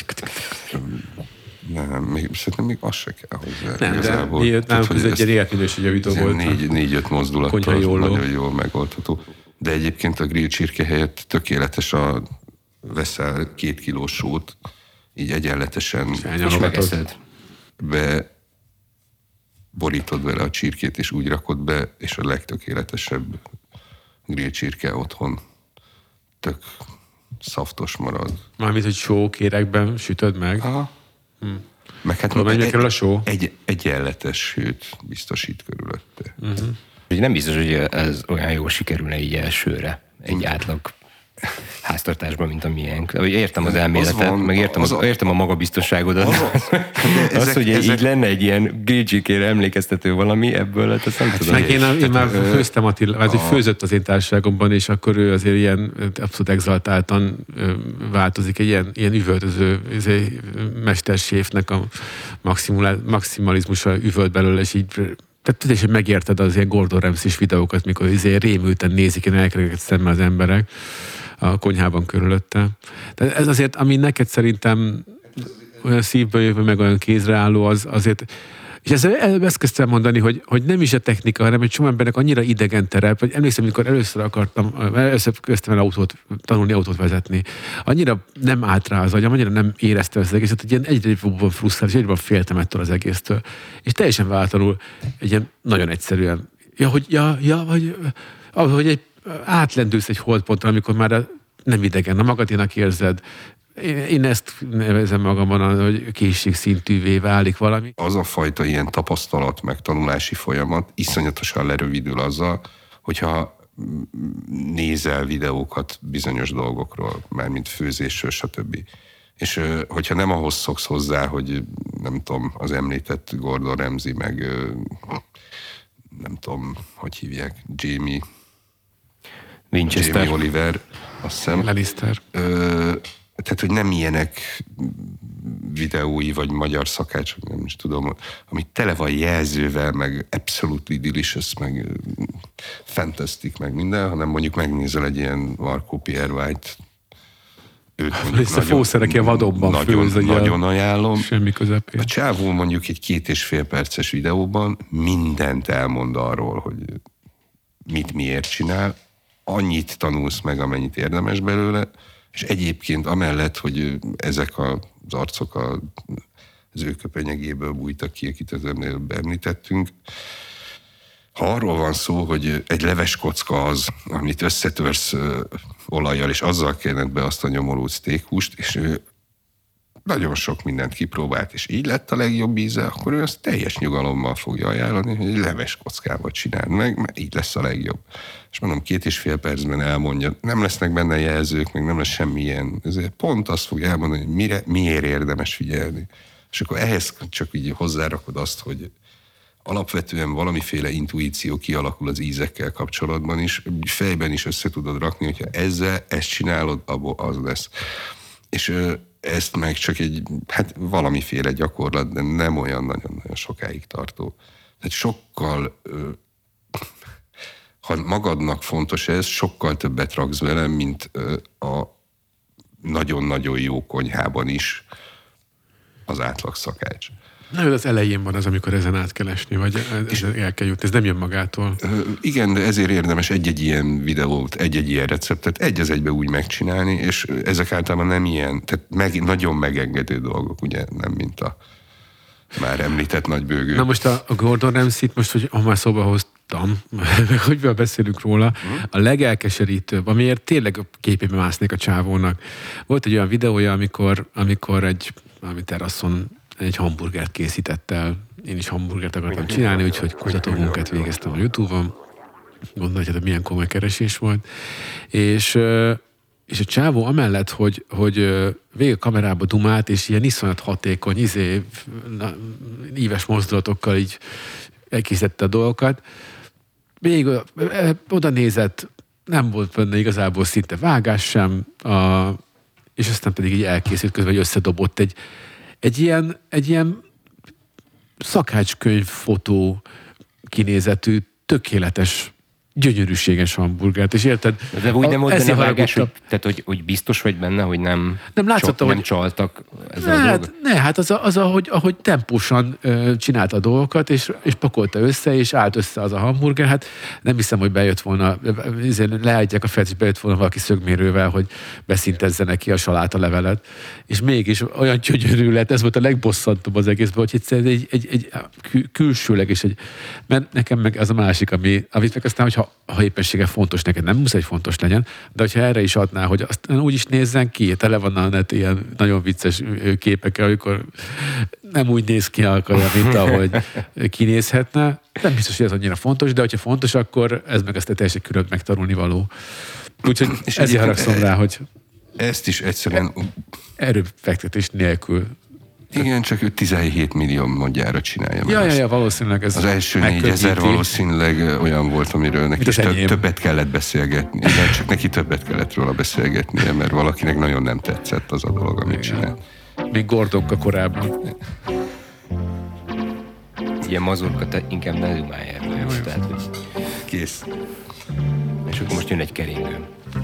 Nem, még, szerintem még az se kell hozzá. Nem, igazából. De nálunk ez egy életminőségjavító volt. Négy, négy-öt mozdulattal nagyon jól megoldható. De egyébként a grill csirke helyett tökéletes a veszel két kilós sót, így egyenletesen és megeszed. Be borítod vele a csirkét, és úgy rakod be, és a legtökéletesebb grill csirke otthon tök szaftos marad. Mármint, hogy sókérekben sütöd meg? Aha. Hm. Meg hát Tudom, egy, kerül a só? Egy, egyenletes hőt biztosít körülötte. Uh-huh. Nem biztos, hogy ez olyan jól sikerülne így elsőre, egy uh-huh. átlag háztartásban, mint a miénk. Értem az elméletet, az van, meg értem, az, az, értem a magabiztosságodat. Az, az, az, az hogy ezek... így lenne egy ilyen grillcsirkére emlékeztető valami ebből, hát azt nem hát tudom. Meg én, én már főztem Attila, hát, hogy főzött az én társaságomban, és akkor ő azért ilyen abszolút exaltáltan változik, egy ilyen, ilyen üvöltöző mesterséfnek a maximalizmusa üvölt belőle, és így tehát tudod, hogy megérted az ilyen Gordon Ramsay-s videókat, mikor azért rémülten nézik, én elkezdett szemmel az emberek a konyhában körülötte. Tehát ez azért, ami neked szerintem olyan szívből jövő, meg olyan kézreálló, az azért, és ezt, ezt kezdtem mondani, hogy, hogy nem is a technika, hanem egy csomó embernek annyira idegen terep, hogy emlékszem, amikor először akartam, először kezdtem el autót, tanulni autót vezetni, annyira nem állt rá az agyam, annyira nem érezte az egészet, hogy ilyen egyre jobban frusztrált, és egyre jobban féltem ettől az egésztől. És teljesen válatlanul egy ilyen nagyon egyszerűen, ja, hogy, ja, ja, vagy, ahogy egy átlendülsz egy holdpontra, amikor már nem idegen, a magadénak érzed. Én, én ezt nevezem magamban, hogy készségszintűvé válik valami. Az a fajta ilyen tapasztalat, meg tanulási folyamat iszonyatosan lerövidül azzal, hogyha nézel videókat bizonyos dolgokról, mármint főzésről, stb. És hogyha nem ahhoz szoksz hozzá, hogy nem tudom, az említett Gordon Ramsay, meg nem tudom, hogy hívják, Jamie Winchester. Jamie Oliver, azt hiszem. Lannister. Ö, tehát, hogy nem ilyenek videói, vagy magyar szakácsok, nem is tudom, amit tele van jelzővel, meg absolutely delicious, meg fantastic, meg minden, hanem mondjuk megnézel egy ilyen Marco Pierre White, őt mondjuk nagyon, fószerek a vadonban nagyon, főz, nagyon ajánlom. Semmi közepén. A csávó mondjuk egy két és fél perces videóban mindent elmond arról, hogy mit miért csinál, annyit tanulsz meg, amennyit érdemes belőle, és egyébként amellett, hogy ezek az arcok a, az ő köpenyegéből bújtak ki, akit az előbb említettünk, ha arról van szó, hogy egy leveskocka az, amit összetörsz olajjal, és azzal kened be azt a nyomorult sztékhúst, és ő nagyon sok mindent kipróbált, és így lett a legjobb íze, akkor ő azt teljes nyugalommal fogja ajánlani, hogy egy leveskockával csináld meg, mert így lesz a legjobb. És mondom, két és fél percben elmondja, nem lesznek benne jelzők, meg nem lesz semmilyen, ezért pont azt fogja elmondani, hogy mire, miért érdemes figyelni. És akkor ehhez csak így hozzárakod azt, hogy alapvetően valamiféle intuíció kialakul az ízekkel kapcsolatban is, fejben is össze tudod rakni, hogyha ezzel ezt csinálod, abból az lesz. És ezt meg csak egy, hát valamiféle gyakorlat, de nem olyan nagyon-nagyon sokáig tartó. sokkal, ha magadnak fontos ez, sokkal többet raksz vele, mint a nagyon-nagyon jó konyhában is az átlag szakács. Na, az elején van az, amikor ezen át kell esni, vagy ezen el kell jutni. Ez nem jön magától. Igen, de ezért érdemes egy-egy ilyen videót, egy-egy ilyen receptet egy az egybe úgy megcsinálni, és ezek általában nem ilyen, tehát meg, nagyon megengedő dolgok, ugye, nem mint a már említett nagybőgő. Na most a, a Gordon Ramsay-t most, hogy ha már szóba hoztam, meg hogy beszélünk róla, hmm. a legelkeserítőbb, amiért tényleg a képébe másznék a csávónak. Volt egy olyan videója, amikor, amikor egy valami teraszon egy hamburgert készített el. Én is hamburgert akartam csinálni, úgyhogy kutatómunkát végeztem a YouTube-on. Gondolhatjátok, milyen komoly keresés volt. És, és a csávó amellett, hogy, hogy végig a kamerába dumált, és ilyen iszonyat hatékony, izé, íves mozdulatokkal így elkészítette a dolgokat, még oda nézett, nem volt benne igazából szinte vágás sem, a, és aztán pedig így elkészült közben, hogy összedobott egy Egy ilyen, egy ilyen szakácskönyv fotó kinézetű, tökéletes, gyönyörűséges hamburgert, és érted? De úgy nem volt benne vágás, hogy, tehát hogy, hogy biztos vagy benne, hogy nem, nem, látszott, csop, hogy, nem csaltak ezzel ne, a hát, ne, hát az, a, az ahogy, ahogy tempósan ö, csinálta a dolgokat, és, és pakolta össze, és állt össze az a hamburger, hát nem hiszem, hogy bejött volna, leállítják a fejet, és bejött volna valaki szögmérővel, hogy beszintezze neki a saláta levelet, és mégis olyan gyönyörű lett, ez volt a legbosszantóbb az egészben, hogy egyszerűen egy, egy, egy külsőleg, és egy, mert nekem meg az a másik, ami, amit meg aztán, hogyha ha éppenséggel fontos neked, nem muszáj fontos legyen, de hogyha erre is adná, hogy azt úgy is nézzen ki, tele van a net ilyen nagyon vicces képekkel, amikor nem úgy néz ki akarja, mint ahogy kinézhetne. Nem biztos, hogy ez annyira fontos, de hogyha fontos, akkor ez meg aztán teljesen külön megtanulni való. Úgyhogy és ezért haragszom rá, hogy ezt is egyszerűen erőfektetés nélkül. Igen, csak ő tizenhét millió mondjára csinálja. Ja, ja, ja, valószínűleg ez az első négyezer valószínűleg olyan volt, amiről neki több, többet kellett beszélgetni. Igen, csak neki többet kellett róla beszélgetnie, mert valakinek nagyon nem tetszett az a dolog, amit csinál. Még Gordonka korábban. Ilyen mazurka, te inkább ne dumálj erről. Tehát, hogy... Kész. És akkor most jön egy keringő.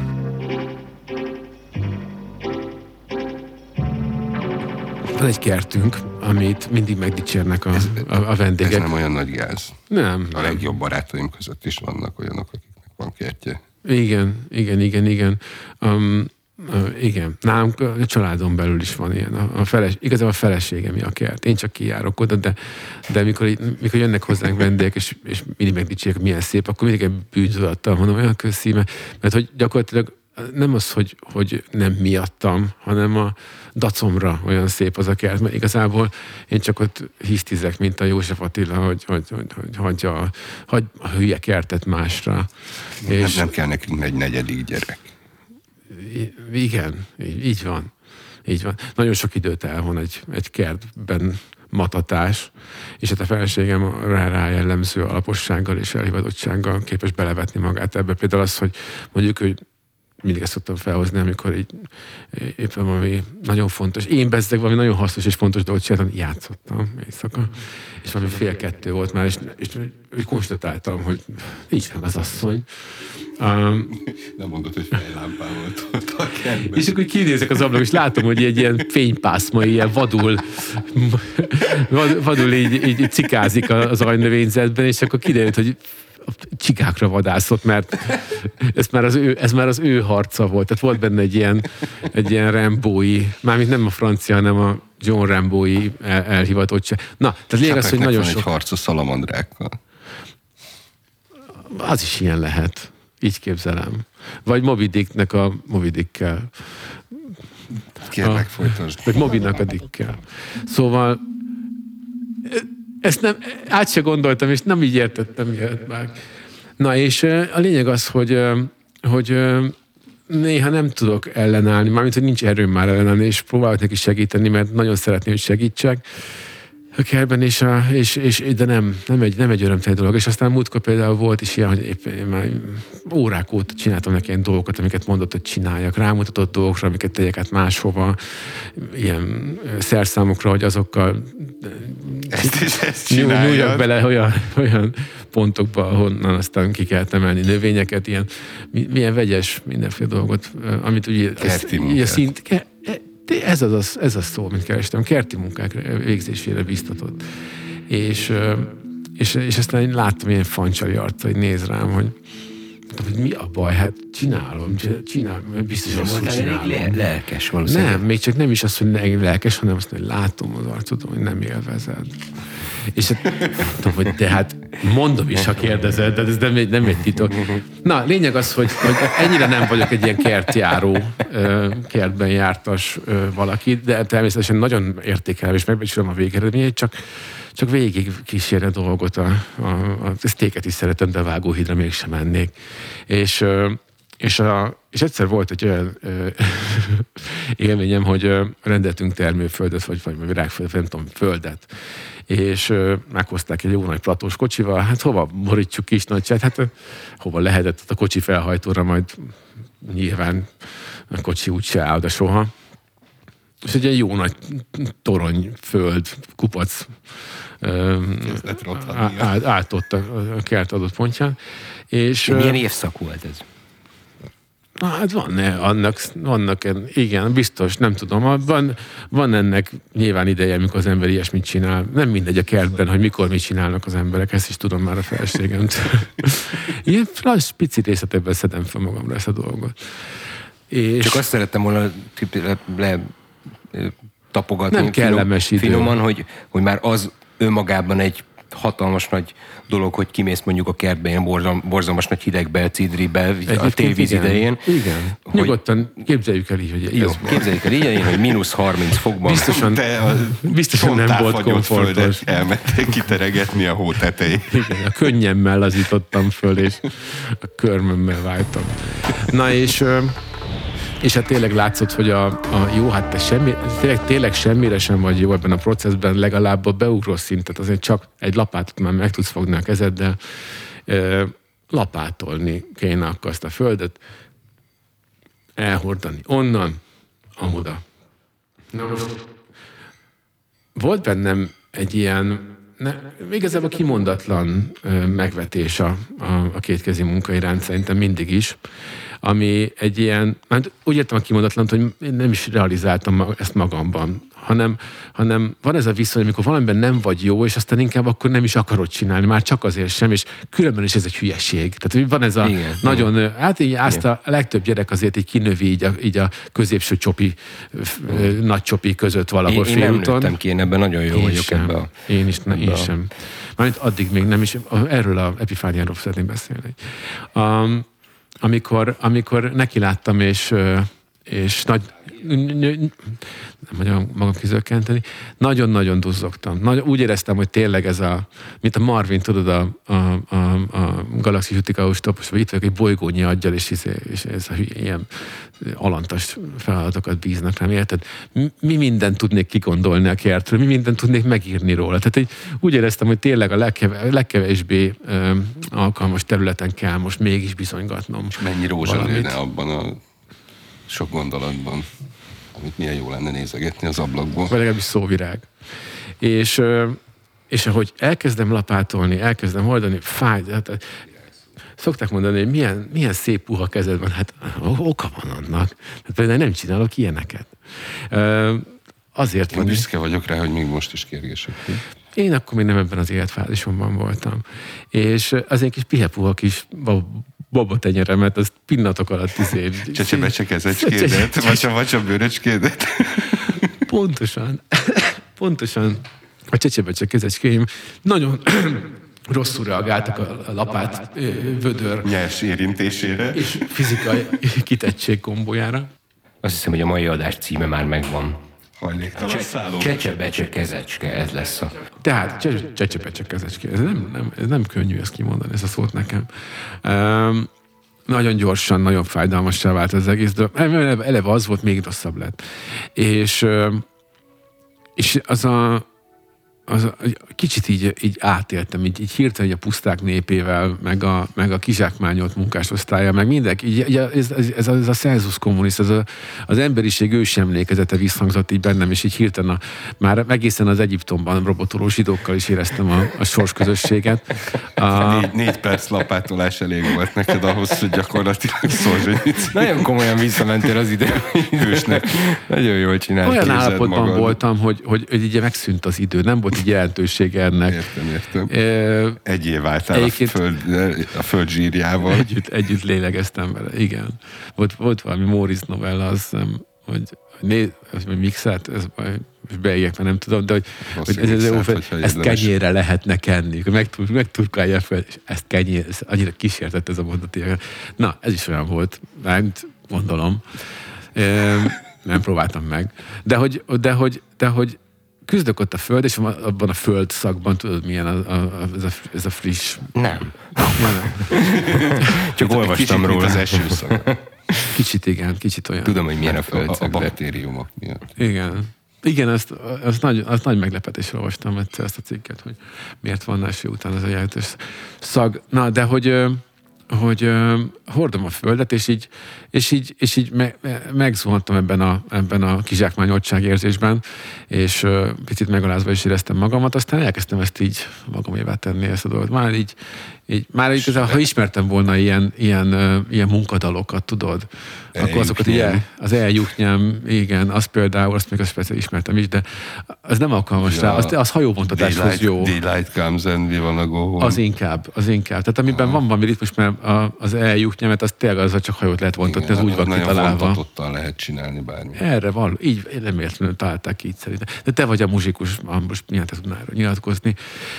Van egy kertünk, amit mindig megdicsérnek a, a, a vendégek. Ez nem olyan nagy gáz. Nem. A legjobb barátaim között is vannak olyanok, akiknek van kertje. Igen, igen, igen, igen. Um, uh, igen. Nálunk a családon belül is van ilyen. A, a feles, igazából a feleségem a kert. Én csak kijárok oda, de, de mikor, mikor jönnek hozzánk vendégek, és, és mindig megdicsérjük, milyen szép, akkor mindig egy bűntudattal mondom, olyan köszi, mert hogy gyakorlatilag nem az, hogy, hogy nem miattam, hanem a dacomra olyan szép az a kert, mert igazából én csak ott hisztizek, mint a József Attila, hogy, hogy, hogy, hogy hagyja a, hagy a hülye kertet másra. Nem, és nem kell nekünk egy negyedik gyerek. Igen, így, így van. Így van. Nagyon sok időt elvon egy, egy kertben matatás, és hát a feleségem rá, rá jellemző alapossággal és elhivatottsággal képes belevetni magát ebbe. Például az, hogy mondjuk, hogy mindig ezt szoktam felhozni, amikor így éppen valami nagyon fontos, én bezzeg valami nagyon hasznos és fontos dolgot csináltam, játszottam éjszaka, és valami fél kettő volt már, és, és, és konstatáltam, hogy így van az asszony. Um, Nem mondod, hogy fejlámpá volt ott a kertben. És akkor kinézek az ablak, és látom, hogy egy ilyen fénypászma, ilyen vadul, vadul így, így cikázik az ajnövényzetben, és akkor kiderült, hogy csigákra vadászott, mert ez már, az ő, ez már az ő harca volt. Tehát volt benne egy ilyen, egy ilyen Rambói, mármint nem a francia, hanem a John Rambói el, elhivatottság. Na, tehát lényeg az, hogy nagyon sok... egy harc a szalamandrákkal. Az is ilyen lehet. Így képzelem. Vagy Moby Dicknek a Moby Dickkel. Kérlek, folytasd. Vagy Mobynak a Dickkel. Szóval ezt nem, át se gondoltam, és nem így értettem miért már. Na, és a lényeg az, hogy, hogy néha nem tudok ellenállni, mármint, hogy nincs erőm már ellenállni, és próbálok neki segíteni, mert nagyon szeretném, hogy segítsek. a kertben, és, a, és, és, de nem, nem egy, nem egy örömteli dolog. És aztán múltkor például volt is ilyen, hogy éppen én már órák óta csináltam neki ilyen dolgokat, amiket mondott, hogy csináljak. Rámutatott dolgokra, amiket tegyek át máshova, ilyen szerszámokra, hogy azokkal ezt is ezt nyúljak bele olyan, olyan pontokba, ahonnan aztán ki kell emelni növényeket, ilyen milyen vegyes mindenféle dolgot, amit ugye... Kerti munkák. Szint, ez az, az, ez az szó, amit kerestem, kerti munkák végzésére biztatott. És, és, és aztán én láttam ilyen fancsali arca, hogy néz rám, hogy, hogy mi a baj, hát csinálom, csinálom, biztos, hogy csinálom. Le- lelkes valószínűleg. Nem, még csak nem is az, hogy lelkes, hanem azt, hogy látom az arcodon, hogy nem élvezed. És hát, tudom, hogy de hát mondom is, ha kérdezed, de ez nem egy, nem egy titok. Na, lényeg az, hogy, hogy ennyire nem vagyok egy ilyen kertjáró, kertben jártas valaki, de természetesen nagyon értékelem, és megbecsülöm a végeredményét, csak, csak végig kísérni a dolgot. A, a, a, ezt téket is szeretem, de a vágóhídra mégsem mennék. És, és, a, és egyszer volt egy olyan ö, élményem, hogy ö, rendeltünk termőföldet, vagy, vagy virágföldet, nem tudom, földet. És ö, meghozták egy jó nagy platós kocsival, hát hova borítsuk kis nagyság, hát ö, hova lehetett a kocsi felhajtóra, majd nyilván a kocsi úgyse áll oda soha. És egy ilyen jó nagy torony, föld, kupac állt ott a kert adott pontján. És, milyen évszak volt ez? Na, hát van annak, vannak, igen, biztos, nem tudom, van, van ennek nyilván ideje, amikor az ember ilyesmit csinál. Nem mindegy a kertben, hogy mikor mit csinálnak az emberek, ezt is tudom már a feleségemtől. Ilyen lass, pici részletebben szedem fel magamra ezt a dolgot. És csak azt szerettem volna le, le tapogatni nem kellemes finom, finoman, hogy, hogy már az önmagában egy hatalmas nagy dolog, hogy kimész mondjuk a kertbe ilyen borzalmas, borzalmas nagy hidegbe, cidribe, a tévíz igen, idején. Igen. Hogy, nyugodtan képzeljük el így, hogy jó, képzeljük el így, hogy mínusz harminc fokban. Biztosan, biztosan nem volt komfortos. Elmentek kiteregetni a hó tetején. Igen, a könnyemmel lazítottam föl, és a körmömmel váltam. Na és... És hát tényleg látszott, hogy a, a jó, hát te semmi, tényleg, tényleg semmire sem vagy jó ebben a processben, legalább a beugró szintet, azért csak egy lapátot már meg tudsz fogni a kezeddel, e, lapátolni kéne akkor azt a földet, elhordani onnan, amoda. Na most volt bennem egy ilyen, ne, igazából kimondatlan ö, megvetés a, a, a kétkezi munka iránt szerintem mindig is, ami egy ilyen, hát úgy értem a kimondatlant, hogy nem is realizáltam ezt magamban, hanem, hanem van ez a viszony, amikor valamiben nem vagy jó, és aztán inkább akkor nem is akarod csinálni, már csak azért sem, és különben is ez egy hülyeség. Tehát van ez a igen, nagyon, igen. hát így azt a legtöbb gyerek azért így kinövi így a, így a középső csopi, igen. nagy csopi között valahol én, félúton. Én nem nőttem ki, én ebben nagyon jó én vagyok sem. ebben. Én is, ebbe én a... sem. Mármint addig még nem is, erről a epifániáról szeretném beszélni. Um, Amikor, amikor nekiláttam, és, és nagy, nem mondjam magam kizökkenteni, nagyon-nagyon duzzogtam. Nagyon, úgy éreztem, hogy tényleg ez a, mint a Marvin, tudod, a, a, a, a Galaxis Utikaus topos, vagy itt vagyok egy bolygónyi aggyal, és, és ez a ilyen alantas feladatokat bíznak rám, érted? Mi mindent tudnék kigondolni a kertről, mi mindent tudnék megírni róla. Tehát egy, úgy éreztem, hogy tényleg a legkev- legkevésbé ö, alkalmas területen kell most mégis bizonygatnom. És mennyi rózsa nőne abban a sok gondolatban, amit milyen jó lenne nézegetni az ablakból. Vagy legalábbis szóvirág. És, ö, és ahogy elkezdem lapátolni, elkezdem oldani, fáj, hát szokták mondani, hogy milyen, milyen szép puha kezed van, hát oka van annak. Hát például nem csinálok ilyeneket. Azért van. Én büszke vagyok rá, hogy még most is kérgesek. Én akkor még nem ebben az életfázisomban voltam. És az egy kis pihepuha kis babatenyeremet, az pillanatok alatt izé... Csecsebecse kezecskédet, vagy a vacsa bőröcskédet. Pontosan. Pontosan. A csecsebecse kezecskéim nagyon... rosszul reagáltak a lapát vödör nyers érintésére és fizikai kitettség kombójára. Azt hiszem, hogy a mai adás címe már megvan. Hajléktalan szálló. Csecsebecse kezecske, ez lesz a... Tehát csecsebecse kezecske, ez nem, nem, ez nem könnyű ezt kimondani, ez a szót nekem. Um, nagyon gyorsan, nagyon fájdalmassá vált az egész, de eleve, eleve az volt, még rosszabb lett. És, és az a az, kicsit így, így átéltem, így, így hirtelen a puszták népével, meg a, meg a kizsákmányolt munkásosztálya, meg mindenki. Így, ez, ez, ez, ez a sensus communis, ez a, az emberiség ősi emlékezete visszhangzott így bennem, és így hirtelen a, már egészen az Egyiptomban robotoló zsidókkal is éreztem a, a sorsközösséget. A... Négy, négy perc lapátolás elég volt neked ahhoz, hogy gyakorlatilag Szolzsenyicin. Nagyon komolyan visszamentél az idősnek. Nagyon jól csináltál. Olyan állapotban magad. voltam, hogy, hogy, hogy így megszűnt az idő, nem volt így jelentősége ennek. Értem, értem. E, Egyé váltál a föld, a föld zsírjával. Együtt, együtt lélegeztem vele, igen. Volt, volt valami Móricz novella, azt hiszem, hogy néz, hogy mixelt, ez beégek, mert nem tudom, de hogy, hogy ez, ez, mixelt, ez, ezt kenyérre lehetne kenni, meg, megturkálja fel, és ezt kenyér, ez annyira kísértett ez a mondat. Na, ez is olyan volt, meg gondolom. E, nem próbáltam meg. De hogy, de hogy, de hogy küzdök ott a föld, és abban a föld szakban, tudod, milyen a, a, a, ez, a, ez a friss... Nem. nem. Csak olvastam róla. Az esőszak. Kicsit igen, kicsit olyan. Tudom, hogy milyen a föld A, a baktériumok miatt. Igen. Igen, azt, azt, nagy, azt nagy meglepetésre olvastam egyszer ezt a cikket, hogy miért van eső után ez a jelentős szag. Na, de hogy... hogy uh, hordom a földet, és így, és így, és így me, me, megzuhantam ebben a, ebben a kizsákmányoltság érzésben, és uh, picit megalázva is éreztem magamat, aztán elkezdtem ezt így magamévá tenni, ezt a dolgot. Már így, így már így, ha ismertem volna ilyen, ilyen, uh, ilyen munkadalokat, tudod, eljutnyám. Akkor azokat így el, az eljutnyám, igen, az például, azt még azt persze ismertem is, de az nem alkalmas ja, rá, az, az hajóvontatáshoz jó. Daylight comes and we wanna go home. Az inkább, az inkább. Tehát amiben ah. van valami ritmus, mert az eljutnyámet, az tényleg az, csak hajót lehet vontatni, igen, ez úgy van kitalálva. Nagyon vontatottal lehet csinálni bármi. Erre van, így nem értelemben találták így szerintem. De te vagy a muzsikus, most milyen te tudnál erről nyilatkozni.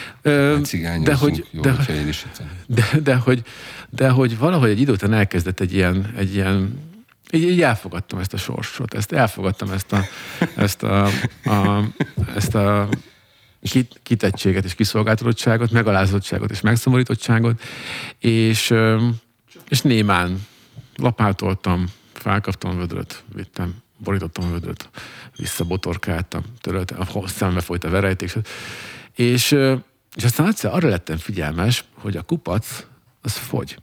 Hát de hogy, jó, de, én is de, de, de, hogy, de hogy valahogy egy idő után elkezdett egy ilyen, egy ilyen így, így elfogadtam ezt a sorsot, ezt elfogadtam ezt a, ezt a, a, ezt a kitettséget és kiszolgáltatottságot, megalázottságot és megszomorítottságot, és, és némán lapátoltam, felkaptam a vödröt, vittem, borítottam a vödröt, visszabotorkáltam, töröltem, a szembe folyt a verejték, és, és aztán egyszer arra lettem figyelmes, hogy a kupac az fogy.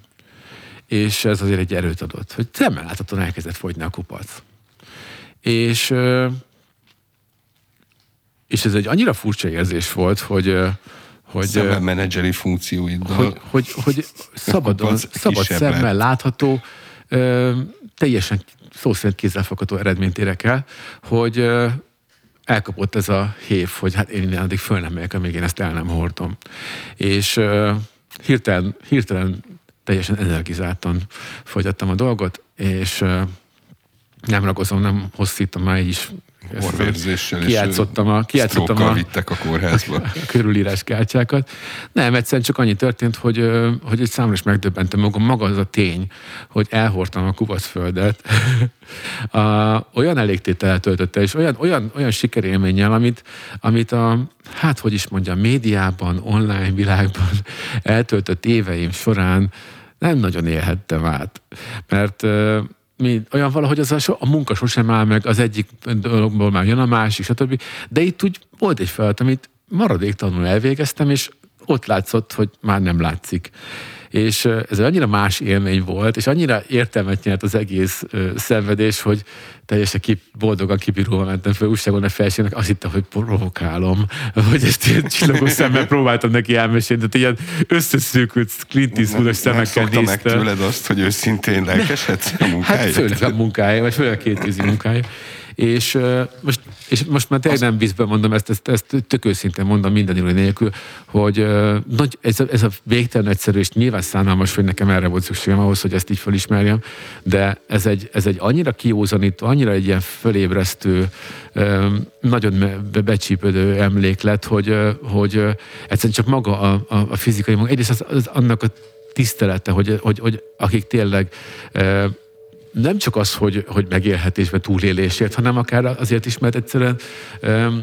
És ez azért egy erőt adott, hogy szemmel láthatóan elkezdett fogyni a kupac. És És ez egy annyira furcsa érzés volt, hogy... hogy szemmel menedzseri funkcióiddal. Hogy, hogy, hogy szabadon, szabad szemmel lett. látható, teljesen szó szerint kézzelfogható eredményt érek el, hogy elkapott ez a hév, hogy hát én innen addig föl nem megyek, amíg én ezt el nem hordom. És hirtelen, hirtelen teljesen energizáltan folytattam a dolgot, és nem ragozom, nem hosszítom, már így is orvérzéssel kijátszottam a, kijátszottam a, vittek a kórházba. A körülírás kártyákat. Nem, egyszerűen csak annyi történt, hogy, hogy egy számos megdöbbentem magam. Maga az a tény, hogy elhordtam a kupacföldet, a, olyan elégtétellel töltötte, és olyan, olyan, olyan sikerélménnyel, amit, amit a, hát hogy is mondjam, médiában, online világban eltöltött éveim során nem nagyon élhettem át. Mert mi, olyan valahogy az a, a munka sosem áll meg, az egyik dologból már jön a másik, stb. De itt úgy volt egy feladat, amit maradéktalanul elvégeztem, és ott látszott, hogy már nem látszik. És ez annyira más élmény volt, és annyira értelmet nyert az egész uh, szenvedés, hogy teljesen kip, boldogan kipirulva mentem fel újságon a felségnek, azt hittem, hogy provokálom, hogy ezt ilyen csillagos szemmel próbáltam neki elmesélni, tehát ilyen összeszűkült Clint Eastwood-os szemekkel néztem. meg tőled azt, hogy őszintén lelkesedsz a munkája? Hát főleg a munkája, vagy főleg a kétkézi munkája. És, uh, most, és most már tényleg nem vízben mondom, ezt, ezt, ezt tök őszintén mondom minden irónia nélkül, hogy uh, nagy, ez, a, ez a végtelen egyszerű, és nyilván szánalmas, hogy nekem erre volt szükségem ahhoz, hogy ezt így felismerjem, de ez egy, ez egy annyira kiózanító, annyira egy ilyen fölébresztő, um, nagyon becsípődő emléklet, hogy, uh, hogy uh, egyszerűen csak maga a, a, a fizikai munka, egyrészt az, az, annak a tisztelete, hogy, hogy, hogy akik tényleg uh, nem csak az, hogy, hogy megélhetésben túlélésért, hanem akár azért is, mert egyszerűen um,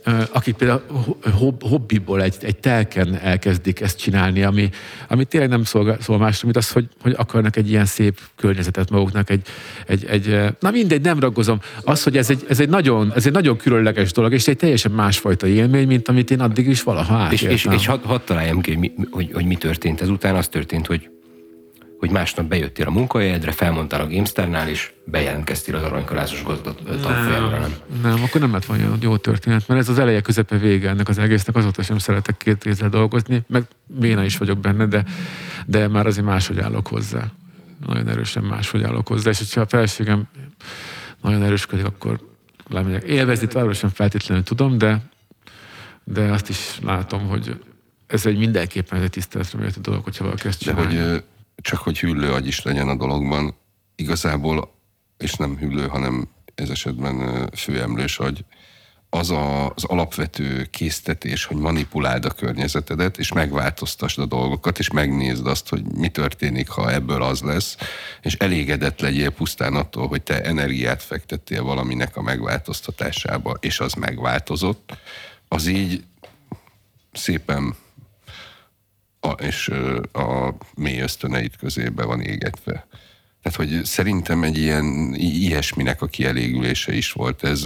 akik például hobbiból egy, egy telken elkezdik ezt csinálni, ami, ami tényleg nem szól, szól másra, mint az, hogy, hogy akarnak egy ilyen szép környezetet maguknak, egy, egy, egy na mindegy, nem raggozom. Az, hogy ez egy, ez egy, nagyon, ez egy nagyon különleges dolog, és egy teljesen másfajta élmény, mint amit én addig is valaha átéltem. És, és, és hadd had találjam ki, hogy mi, hogy, hogy mi történt ezután. Az történt, hogy hogy másnap bejöttél a munkahelyedre, felmondtál a GameStar-nál, és bejelentkeztél az aranykalázos gazda tanfolyamra, nem? Nem, akkor nem lett volna jó történet, mert ez az eleje, közepe, vége ennek az egésznek, azóta sem szeretek két kézzel dolgozni, meg béna is vagyok benne, de, de már azért máshogy állok hozzá. Nagyon erősen máshogy állok hozzá, és ha a feleségem nagyon erősködik, akkor lemegyek. Élvezni továbbra sem feltétlenül tudom, de, de azt is látom, hogy ez egy mindenképpen egy tiszteletre méltó dolog, hogyha valaki ezt csinálja. De hogy csak hogy hüllő agy is legyen a dologban, igazából, és nem hüllő, hanem ez esetben főemlős agy, az a, az alapvető késztetés, hogy manipuláld a környezetedet, és megváltoztasd a dolgokat, és megnézd azt, hogy mi történik, ha ebből az lesz, és elégedett legyél pusztán attól, hogy te energiát fektettél valaminek a megváltoztatásába, és az megváltozott, az így szépen A, és a mély ösztöneid közébe van égetve. Tehát, hogy szerintem egy ilyen ilyesminek a kielégülése is volt ez.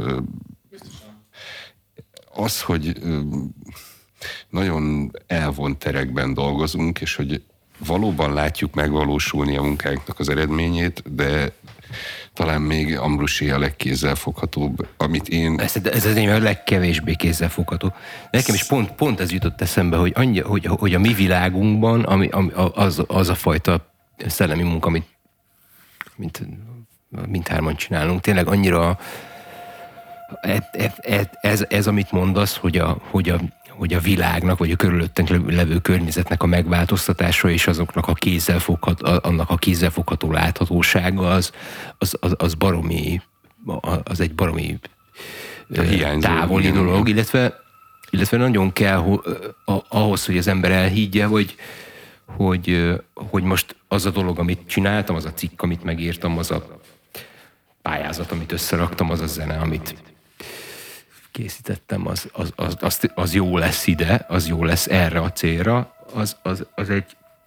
Az, hogy nagyon elvont terekben dolgozunk, és hogy valóban látjuk megvalósulni a munkánknak az eredményét, de talán még Ambrusé a legkézzelfoghatóbb, amit én... Ez, ez az én a legkevésbé kézzelfogható. Nekem is pont, pont ez jutott eszembe, hogy, annyi, hogy, hogy a mi világunkban ami, az, az a fajta szellemi munka, amit mint, mindhárman csinálunk, tényleg annyira ez, ez, ez amit mondasz, hogy a, hogy a hogy a világnak, vagy a körülöttünk levő környezetnek a megváltoztatása és azoknak a kézzelfogható, annak a kézzelfogható láthatósága az, az, az, az baromi, az egy baromi távoli dolog, illetve, illetve nagyon kell ahhoz, hogy az ember elhiggye, hogy, hogy, hogy most az a dolog, amit csináltam, az a cikk, amit megírtam, az a pályázat, amit összeraktam, az a zene, amit készítettem, az, az, az, az, az jó lesz ide, az jó lesz erre a célra, az, az, az egy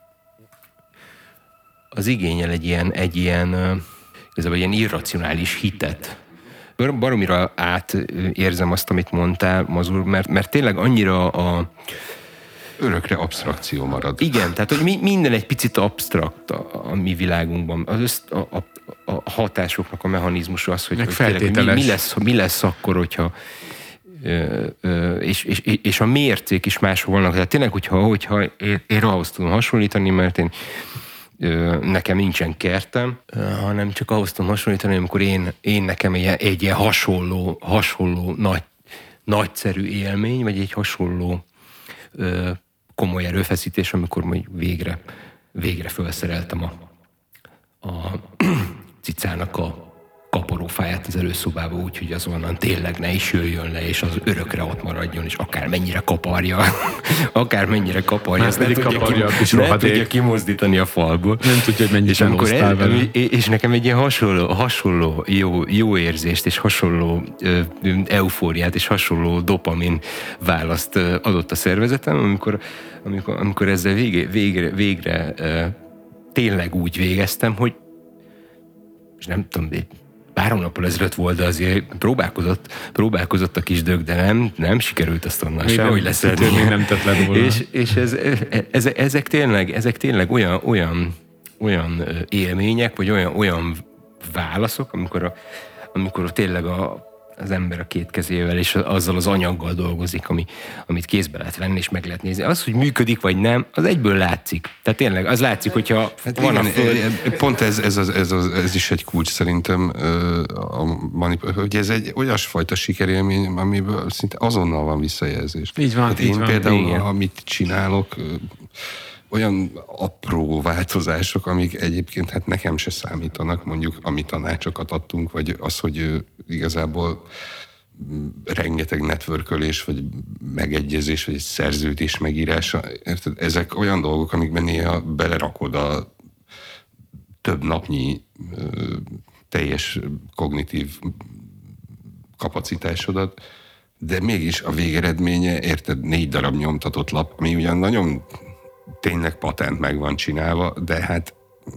az igényel egy ilyen, egy ilyen igazából egy ilyen irracionális hitet. Baromira átérzem azt, amit mondtál, Mazur, mert, mert tényleg annyira a örökre absztrakció marad. Igen, tehát hogy mi, minden egy picit absztrakt a, a mi világunkban. Az össz, a, a, a hatásoknak a mechanizmusa az, hogy, hogy tényleg, mi, mi, lesz, mi lesz akkor, hogyha Ö, ö, és, és, és a mércék is máshol vannak. Tehát tényleg, hogyha, hogyha én, én ahhoz tudom hasonlítani, mert én ö, nekem nincsen kertem, ö, hanem csak ahhoz tudom hasonlítani, amikor én, én nekem egy, egy ilyen hasonló, hasonló nagy, nagyszerű élmény, vagy egy hasonló ö, komoly erőfeszítés, amikor majd végre, végre felszereltem a, a cicának a kaparófáját az előszobába, úgyhogy az onnan tényleg ne is jöjjön le, és az örökre ott maradjon, és akár mennyire kaparja, akár mennyire kaparja, ezt nem tudja, kaparja, ki, nem tudja kimozdítani a falból. Nem tudja, hogy mennyit és, amikor el, és nekem egy ilyen hasonló, hasonló jó, jó érzést, és hasonló ö, eufóriát, és hasonló dopamin választ adott a szervezetem, amikor, amikor, amikor ezzel végre, végre, végre ö, tényleg úgy végeztem, hogy és nem tudom, három nappal ezelőtt volt, de azért próbálkozott, próbálkozott a kis dög, de nem, nem sikerült azt onnan se, hogy leszedni. Még nem tett le róla. És, és ez, ez, ezek tényleg, ezek tényleg olyan, olyan, olyan élmények, vagy olyan, olyan válaszok, amikor, a, amikor tényleg a, az ember a két kezével, és azzal az anyaggal dolgozik, ami, amit kézbe lehet venni, és meg lehet nézni. Az, hogy működik, vagy nem, az egyből látszik. Tehát tényleg, az látszik, hogyha hát van igen, a föld... Pont ez, ez, az, ez, az, ez is egy kulcs szerintem, a manip- hogy ez egy olyasfajta sikerélmény, amiből szinte azonnal van visszajelzés. Így van, hát így én van. például, Igen. amit csinálok, olyan apró változások, amik egyébként hát nekem se számítanak, mondjuk ami tanácsokat adtunk, vagy az, hogy igazából rengeteg networkölés, vagy megegyezés, vagy egy szerződés megírása. Érted? Ezek olyan dolgok, amikben néha belerakod a több napnyi teljes kognitív kapacitásodat, de mégis a végeredménye, érted, négy darab nyomtatott lap, ami ugyan nagyon tényleg patent meg van csinálva, de hát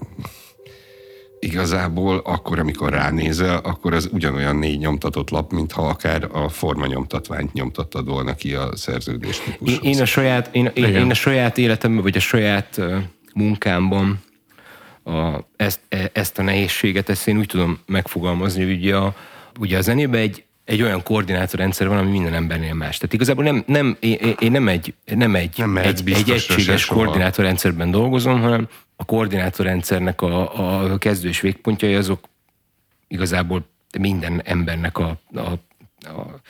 igazából akkor, amikor ránézel, akkor az ugyanolyan négy nyomtatott lap, mintha akár a formanyomtatványt nyomtattad volna ki a szerződés típushoz. Én, én, a saját, én, én, én a saját életemben, vagy a saját uh, munkámban a, ezt, e, ezt a nehézséget, ezt én úgy tudom megfogalmazni, hogy ugye a, ugye a zenében egy, egy olyan koordinátorrendszer van, ami minden embernél más. Tehát igazából nem, nem, én, én nem egy, nem egy, nem egy, egy egységes koordinátorrendszerben dolgozom, hanem a koordinátorrendszernek a, a kezdő és végpontjai azok igazából minden embernek a, a, a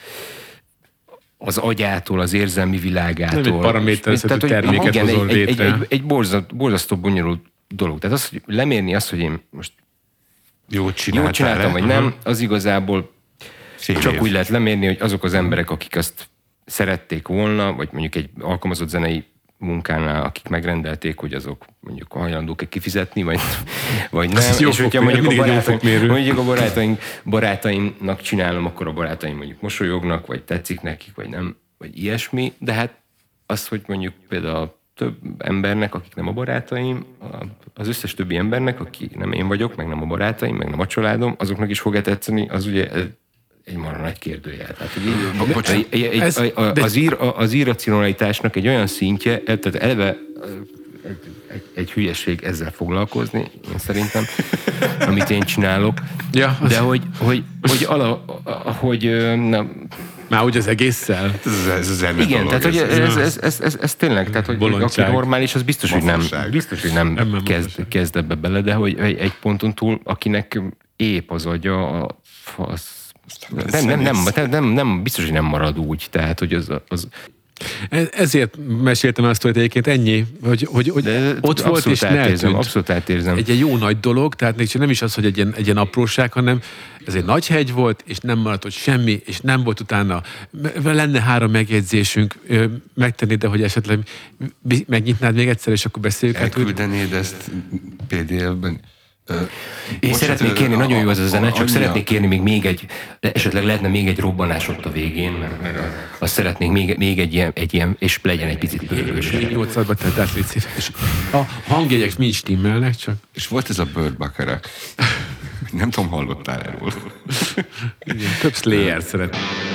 az agyától, az érzelmi világától. Nem egy paraméterezhető terméket igen, hozol egy, létre. Egy, egy, egy borzasztó, borzasztó bonyolult dolog. Tehát az, hogy lemérni azt, hogy én most jót csináltam, csináltam vagy nem, az igazából Fél csak év. Úgy lehet lemérni, hogy azok az emberek, akik azt szerették volna, vagy mondjuk egy alkalmazott zenei munkánál, akik megrendelték, hogy azok mondjuk hajlandók-e kifizetni, vagy, vagy nem. És hogyha mondjuk a, barátaim, mondjuk a barátaim, barátaimnak csinálom, akkor a barátaim mondjuk mosolyognak, vagy tetszik nekik, vagy nem, vagy ilyesmi. De hát az, hogy mondjuk például több embernek, akik nem a barátaim, az összes többi embernek, aki nem én vagyok, meg nem a barátaim, meg nem a családom, azoknak is fog-e tetszeni, az ugye egy marha nagy kérdőjel. Tehát, hogy egy, egy, ez, egy, az, ír, az irracionalitásnak egy olyan szintje, tehát eleve egy, egy, egy hülyeség ezzel foglalkozni, én szerintem, amit én csinálok. Ja, de hogy, hogy, hogy, ala, hogy na, már úgy az egésszel? Ez, ez, ez igen, dolog, tehát hogy ez, ez, ez, ez, ez, ez tényleg, tehát hogy aki normális, az biztos, hogy nem, biztos, hogy nem, nem kezd, kezd ebbe bele, de hogy egy, egy ponton túl, akinek épp az agya, az Nem, nem, nem, nem, nem, nem, biztos, hogy nem marad úgy, tehát, hogy az... az Ezért meséltem azt, hogy egyébként ennyi, hogy, hogy, hogy ott volt és eltűnt. Abszolút átérzem. Egy, egy jó nagy dolog, tehát nem is az, hogy egy ilyen, egy ilyen apróság, hanem ez egy nagy hegy volt, és nem maradt ott semmi, és nem volt utána. Lenne három megjegyzésünk megtenni, de hogy esetleg megnyitnád még egyszer, és akkor beszéljük. Elküldenéd ezt pé dé ef-ben? Én szeretnék kérni, nagyon jó az a zene, csak szeretnék kérni még még egy, esetleg lehetne még egy robbanás ott a végén, mert, mert azt szeretnék még, még egy, ilyen, egy ilyen, és legyen egy picit pörgős. nyolcadba telt át, légy szíves. A hangjegyek mind stimmelnek csak. És volt ez a Bird Baccarat. Nem tudom, hallottál erről. Több Slayer szeret.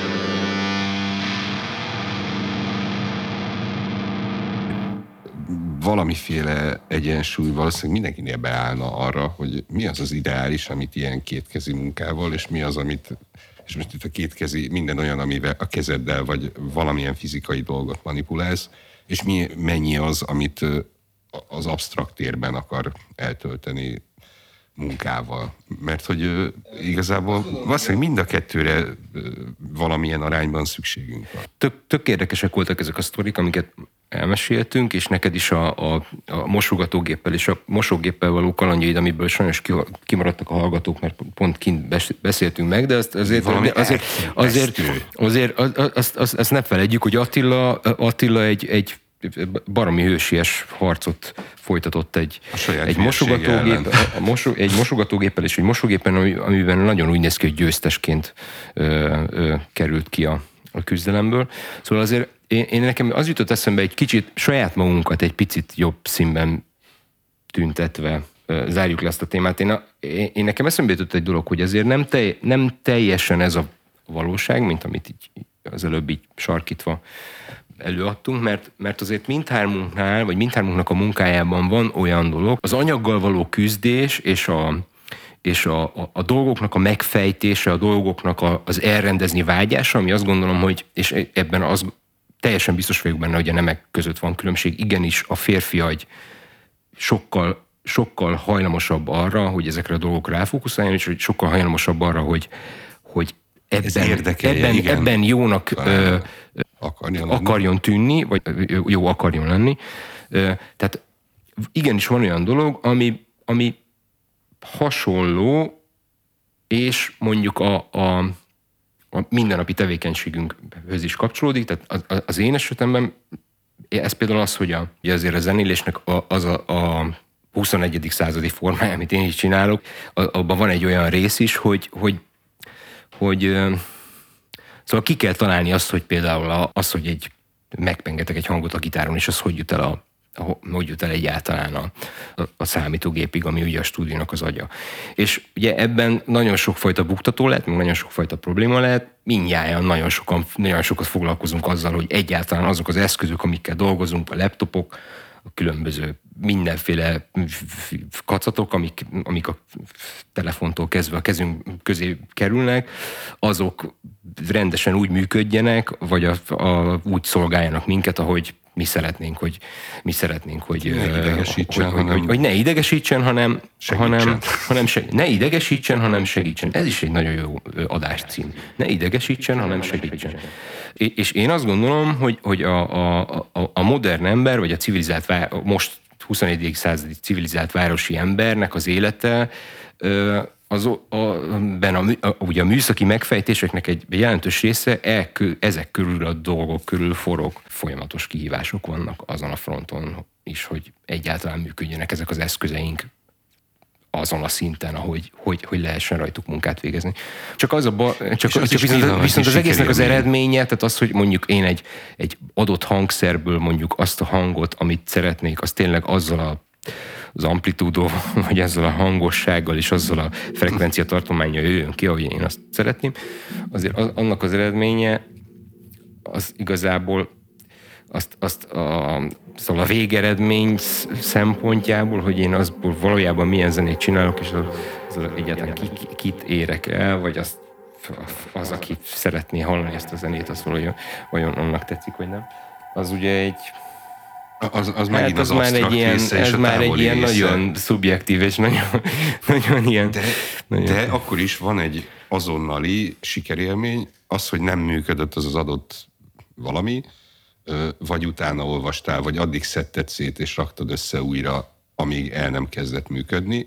Valamiféle egyensúly valószínűleg mindenkinél beállna arra, hogy mi az az ideális, amit ilyen kétkezi munkával, és mi az, amit, és most itt a kétkezi, minden olyan, amivel a kezeddel vagy valamilyen fizikai dolgot manipulálsz, és mi, mennyi az, amit az absztrakt térben akar eltölteni munkával. Mert hogy ö, igazából valószínűleg mind a kettőre ö, valamilyen arányban szükségünk van. Tök, tök érdekesek voltak ezek a sztorik, amiket elmeséltünk, és neked is a, a, a mosogatógéppel és a mosógéppel való kalandjaid, amiből sajnos kimaradtak a hallgatók, mert pont kint beszéltünk meg, de azt azért, azért, azért, azért, azért azt, azt, azt ne felejtjük, hogy Attila, Attila egy, egy baromi hősies harcot folytatott egy, egy mosogatógép, a moso, egy mosogatógéppel és egy mosógépen, amiben nagyon úgy néz ki, hogy győztesként ö, ö, került ki a, a küzdelemből. Szóval azért én, én nekem az jutott eszembe, egy kicsit saját magunkat egy picit jobb színben tüntetve ö, zárjuk le ezt a témát. Én, a, én, én nekem eszembe jutott egy dolog, hogy azért nem, telj, nem teljesen ez a valóság, mint amit így az előbb így sarkítva előadtunk, mert, mert azért mindhármunknál, vagy mindhármunknak a munkájában van olyan dolog, az anyaggal való küzdés és a, és a, a, a dolgoknak a megfejtése, a dolgoknak a, az elrendezni vágyása, ami azt gondolom, hogy, és ebben az teljesen biztos vagyok benne, hogy a nemek között van különbség, igenis a férfi agy sokkal, sokkal hajlamosabb arra, hogy ezekre a dolgokra ráfókuszáljon, és hogy sokkal hajlamosabb arra, hogy, hogy ebben, ebben, ebben jónak ö, akarjon, akarjon tűnni, vagy jó akarjon lenni. Tehát igenis van olyan dolog, ami, ami hasonló, és mondjuk a, a, a mindennapi tevékenységünkhöz is kapcsolódik. Tehát az én esetemben ez például az, hogy a, ugye azért a zenélésnek az a, a huszonegyedik századi formája, amit én is csinálok, abban van egy olyan rész is, hogy, hogy, hogy Szóval ki kell találni azt, hogy például az, hogy egy megpengetek egy hangot a gitáron, és az hogy jut el a hogy jut el egyáltalán a, a számítógépig, ami ugye a stúdiónak az agya. És ugye ebben nagyon sokfajta buktató lehet, meg nagyon sokfajta probléma lehet, mindnyájan nagyon, sokan, nagyon sokat foglalkozunk azzal, hogy egyáltalán azok az eszközök, amikkel dolgozunk, a laptopok, a különböző mindenféle kacatok, amik, amik a telefontól kezdve a kezünk közé kerülnek, azok rendesen úgy működjenek, vagy a, a, úgy szolgáljanak minket, ahogy mi szeretnénk, hogy mi szeretnénk, hogy ne idegesítsen, hogy, hanem, hogy, hogy ne idegesítsen, hanem segítsen. hanem, hanem seg, ne idegesítsen, hanem segítsen. Ez is egy nagyon jó adáscím. Ne idegesítsen, hanem segítsen. És én azt gondolom, hogy, hogy a, a, a modern ember, vagy a civilizált, most huszonegyedik századi civilizált városi embernek az élete az, a, a, a, ugye a műszaki megfejtéseknek egy jelentős része e, ezek körül a dolgok körül forog. Folyamatos kihívások vannak azon a fronton is, hogy egyáltalán működjenek ezek az eszközeink azon a szinten, ahogy hogy, hogy lehessen rajtuk munkát végezni. Csak az a ba, csak, csak viszont, viszont az egésznek az eredménye, tehát az, hogy mondjuk én egy, egy adott hangszerből mondjuk azt a hangot, amit szeretnék, az tényleg azzal a az amplitúdóval, vagy ezzel a hangossággal és azzal a frekvencia tartománnyal jöjjön ki, ahogy én azt szeretném, azért az, annak az eredménye az igazából azt, azt a, szóval a végeredmény szempontjából, hogy én azból valójában milyen zenét csinálok, és az, az egyáltalán ki, kit érek el, vagy az, az, aki szeretné hallani ezt a zenét, az valójában vajon annak tetszik, vagy nem. Az ugye egy Az, az hát az, az már egy ilyen, ez már egy ilyen nagyon szubjektív és nagyon, nagyon ilyen... De, nagyon de akkor is van egy azonnali sikerélmény, az, hogy nem működött az az adott valami, vagy utána olvastál, vagy addig szedted szét és raktad össze újra, amíg el nem kezdett működni.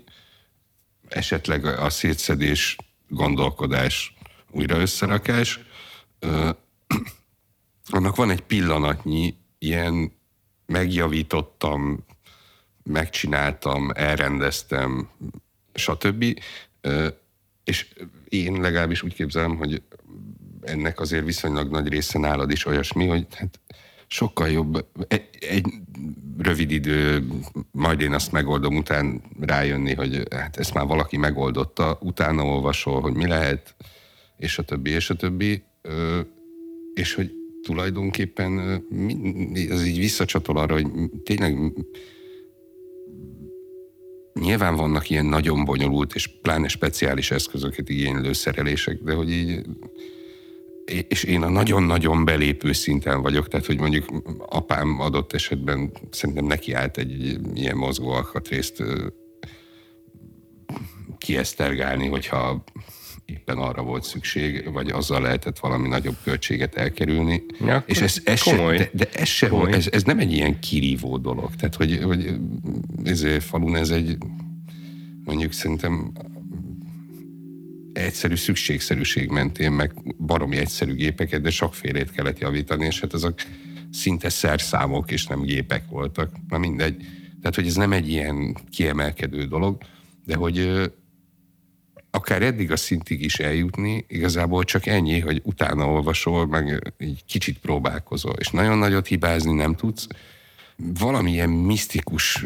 Esetleg a szétszedés, gondolkodás, újra összerakás. Annak van egy pillanatnyi ilyen megjavítottam, megcsináltam, elrendeztem, stb. És én legalábbis úgy képzelem, hogy ennek azért viszonylag nagy része nálad is olyasmi, hogy hát sokkal jobb egy, egy rövid idő, majd én azt megoldom, után rájönni, hogy hát ezt már valaki megoldotta, utána olvasol, hogy mi lehet, és a többi, és a többi, és hogy tulajdonképpen ez így visszacsatol arra, hogy tényleg nyilván vannak ilyen nagyon bonyolult és pláne speciális eszközöket igénylő szerelések, de hogy így, és én a nagyon-nagyon belépő szinten vagyok, tehát hogy mondjuk apám adott esetben szerintem nekiállt egy ilyen mozgó alkatrészt kiesztergálni, hogyha éppen arra volt szükség, vagy azzal lehetett valami nagyobb költséget elkerülni. Ja, és ez, ez se, de, de ez, se, ez, ez nem egy ilyen kirívó dolog. Tehát, hogy, hogy ezért falun ez egy, mondjuk szerintem egyszerű szükségszerűség mentén, meg baromi egyszerű gépeket, de sokfélét kellett javítani, és hát azok szinte szerszámok, és nem gépek voltak. Na mindegy. Tehát, hogy ez nem egy ilyen kiemelkedő dolog, de hogy akár eddig a szintig is eljutni, igazából csak ennyi, hogy utána olvasol, meg így kicsit próbálkozol, és nagyon nagyot hibázni nem tudsz. Valamilyen misztikus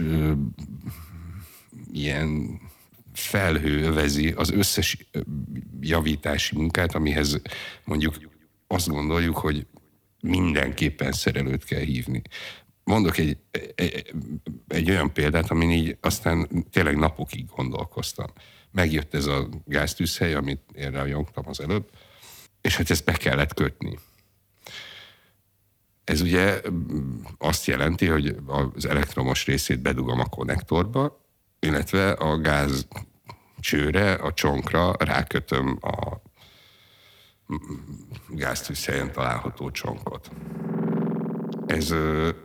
ilyen felhő övezi az összes javítási munkát, amihez mondjuk azt gondoljuk, hogy mindenképpen szerelőt kell hívni. Mondok egy, egy, egy olyan példát, amin így aztán tényleg napokig gondolkoztam. Megjött ez a gáztűzhely, amit én rajongtam az előbb, és hát ezt be kellett kötni. Ez ugye azt jelenti, hogy az elektromos részét bedugom a konnektorba, illetve a gáz csőre, a csonkra rákötöm a gáztűzhelyen található csonkot. Ez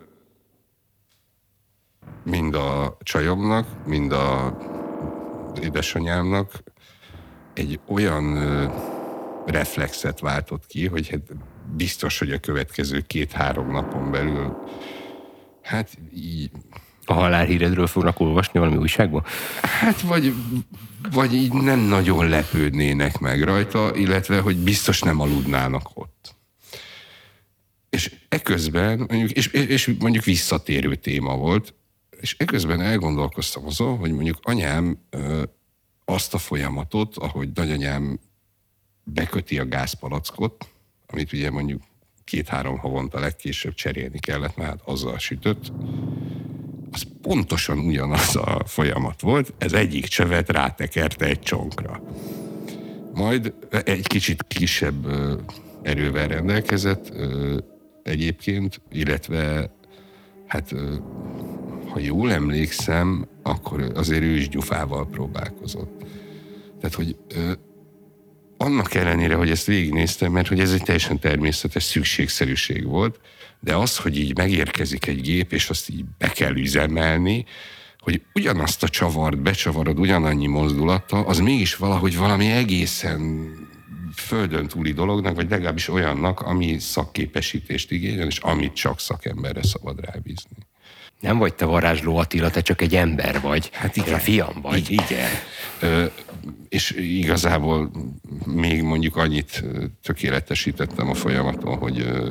mind a csajomnak, mind a édesanyámnak egy olyan reflexet váltott ki, hogy hát biztos, hogy a következő két-három napon belül hát így A halálhíredről fognak olvasni valami újságban? Hát vagy, vagy így nem nagyon lepődnének meg rajta, illetve hogy biztos nem aludnának ott. És eközben, mondjuk, és, és mondjuk visszatérő téma volt, és eközben elgondolkoztam azon, hogy mondjuk anyám ö, azt a folyamatot, ahogy nagyanyám beköti a gázpalackot, amit ugye mondjuk két-három havonta legkésőbb cserélni kellett, mert azzal sütött, az pontosan ugyanaz a folyamat volt, ez egyik csövet rátekerte egy csonkra. Majd egy kicsit kisebb ö, erővel rendelkezett ö, egyébként, illetve hát ö, ha jól emlékszem, akkor azért ő is gyufával próbálkozott. Tehát, hogy ö, annak ellenére, hogy ezt végignéztem, mert hogy ez egy teljesen természetes szükségszerűség volt, de az, hogy így megérkezik egy gép, és azt így be kell üzemelni, hogy ugyanazt a csavart becsavarod ugyanannyi mozdulattal, az mégis valahogy valami egészen földön túli dolognak, vagy legalábbis olyannak, ami szakképesítést igényel, és amit csak szakemberre szabad rábízni. Nem vagy te varázsló Attila, te csak egy ember vagy. Hát igen. A fiam vagy. Igen. Ö, és igazából még mondjuk annyit tökéletesítettem a folyamaton, hogy ö,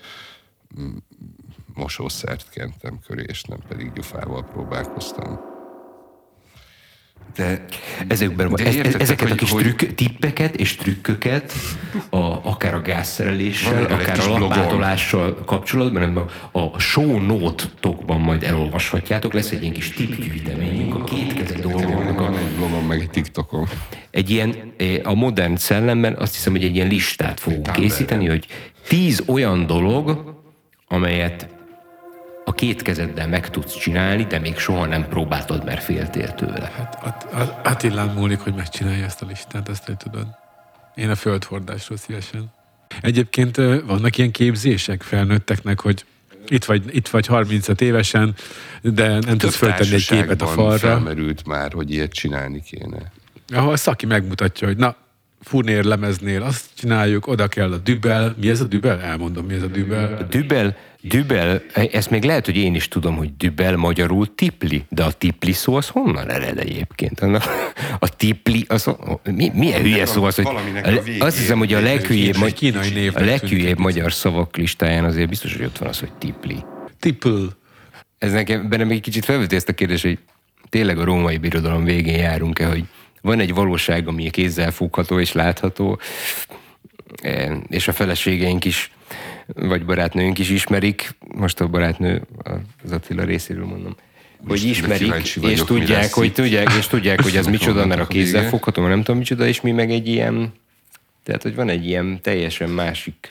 mosószert kentem köré, és nem pedig gyufával próbálkoztam. De, Ezekben, de ez, ezeket hogy, a kis hogy... trükk, tippeket és trükköket, a, akár a gázszereléssel, akár a lapátolással kapcsolatban, a, a show note-tokban majd elolvashatjátok, lesz egy ilyen kis tippgyűjteményünk a kétkezett dolgoknak. Van egy blogom, meg egy TikTokon. Egy ilyen, a modern szellemben azt hiszem, hogy egy ilyen listát fogunk készíteni, hogy tíz olyan dolog, amelyet a két kezeddel meg tudsz csinálni, de még soha nem próbáltad, mert féltél tőle. Hát Attilán múlik, hogy megcsinálja ezt a listát, ezt hogy tudod. Én a földhordásról szívesen. Egyébként vannak ilyen képzések felnőtteknek, hogy itt vagy, itt vagy harmincöt évesen, de nem Több tudsz föltenni egy képet a falra. Felmerült már, hogy ilyet csinálni kéne. Ahol a szaki megmutatja, hogy na, furnér lemeznél azt csináljuk, oda kell a dübel. Mi ez a dübel? Elmondom, mi ez a dübel. A dübel, dübel, ezt még lehet, hogy én is tudom, hogy dübel magyarul tipli, de a tipli szó az honnan ered egyébként? A, a tipli, az, mi, milyen hülye szó az, hogy a, azt hiszem, hogy a leghülyébb, a leghülyébb magyar szavak listáján azért biztos, hogy ott van az, hogy tipli. Tipl. Ez nekem, bennem egy kicsit felveti ezt a kérdést, hogy tényleg a római birodalom végén járunk-e, hogy van egy valóság, ami kézzel fogható és látható, és a feleségeink is, vagy barátnőink is ismerik, most a barátnő az Attila részéről mondom, hogy ismerik, vagyok, és tudják, hogy tudják, és tudják, hogy az micsoda, mert a kézzel fogható, mert nem tudom micsoda, és mi meg egy ilyen, tehát, hogy van egy ilyen teljesen másik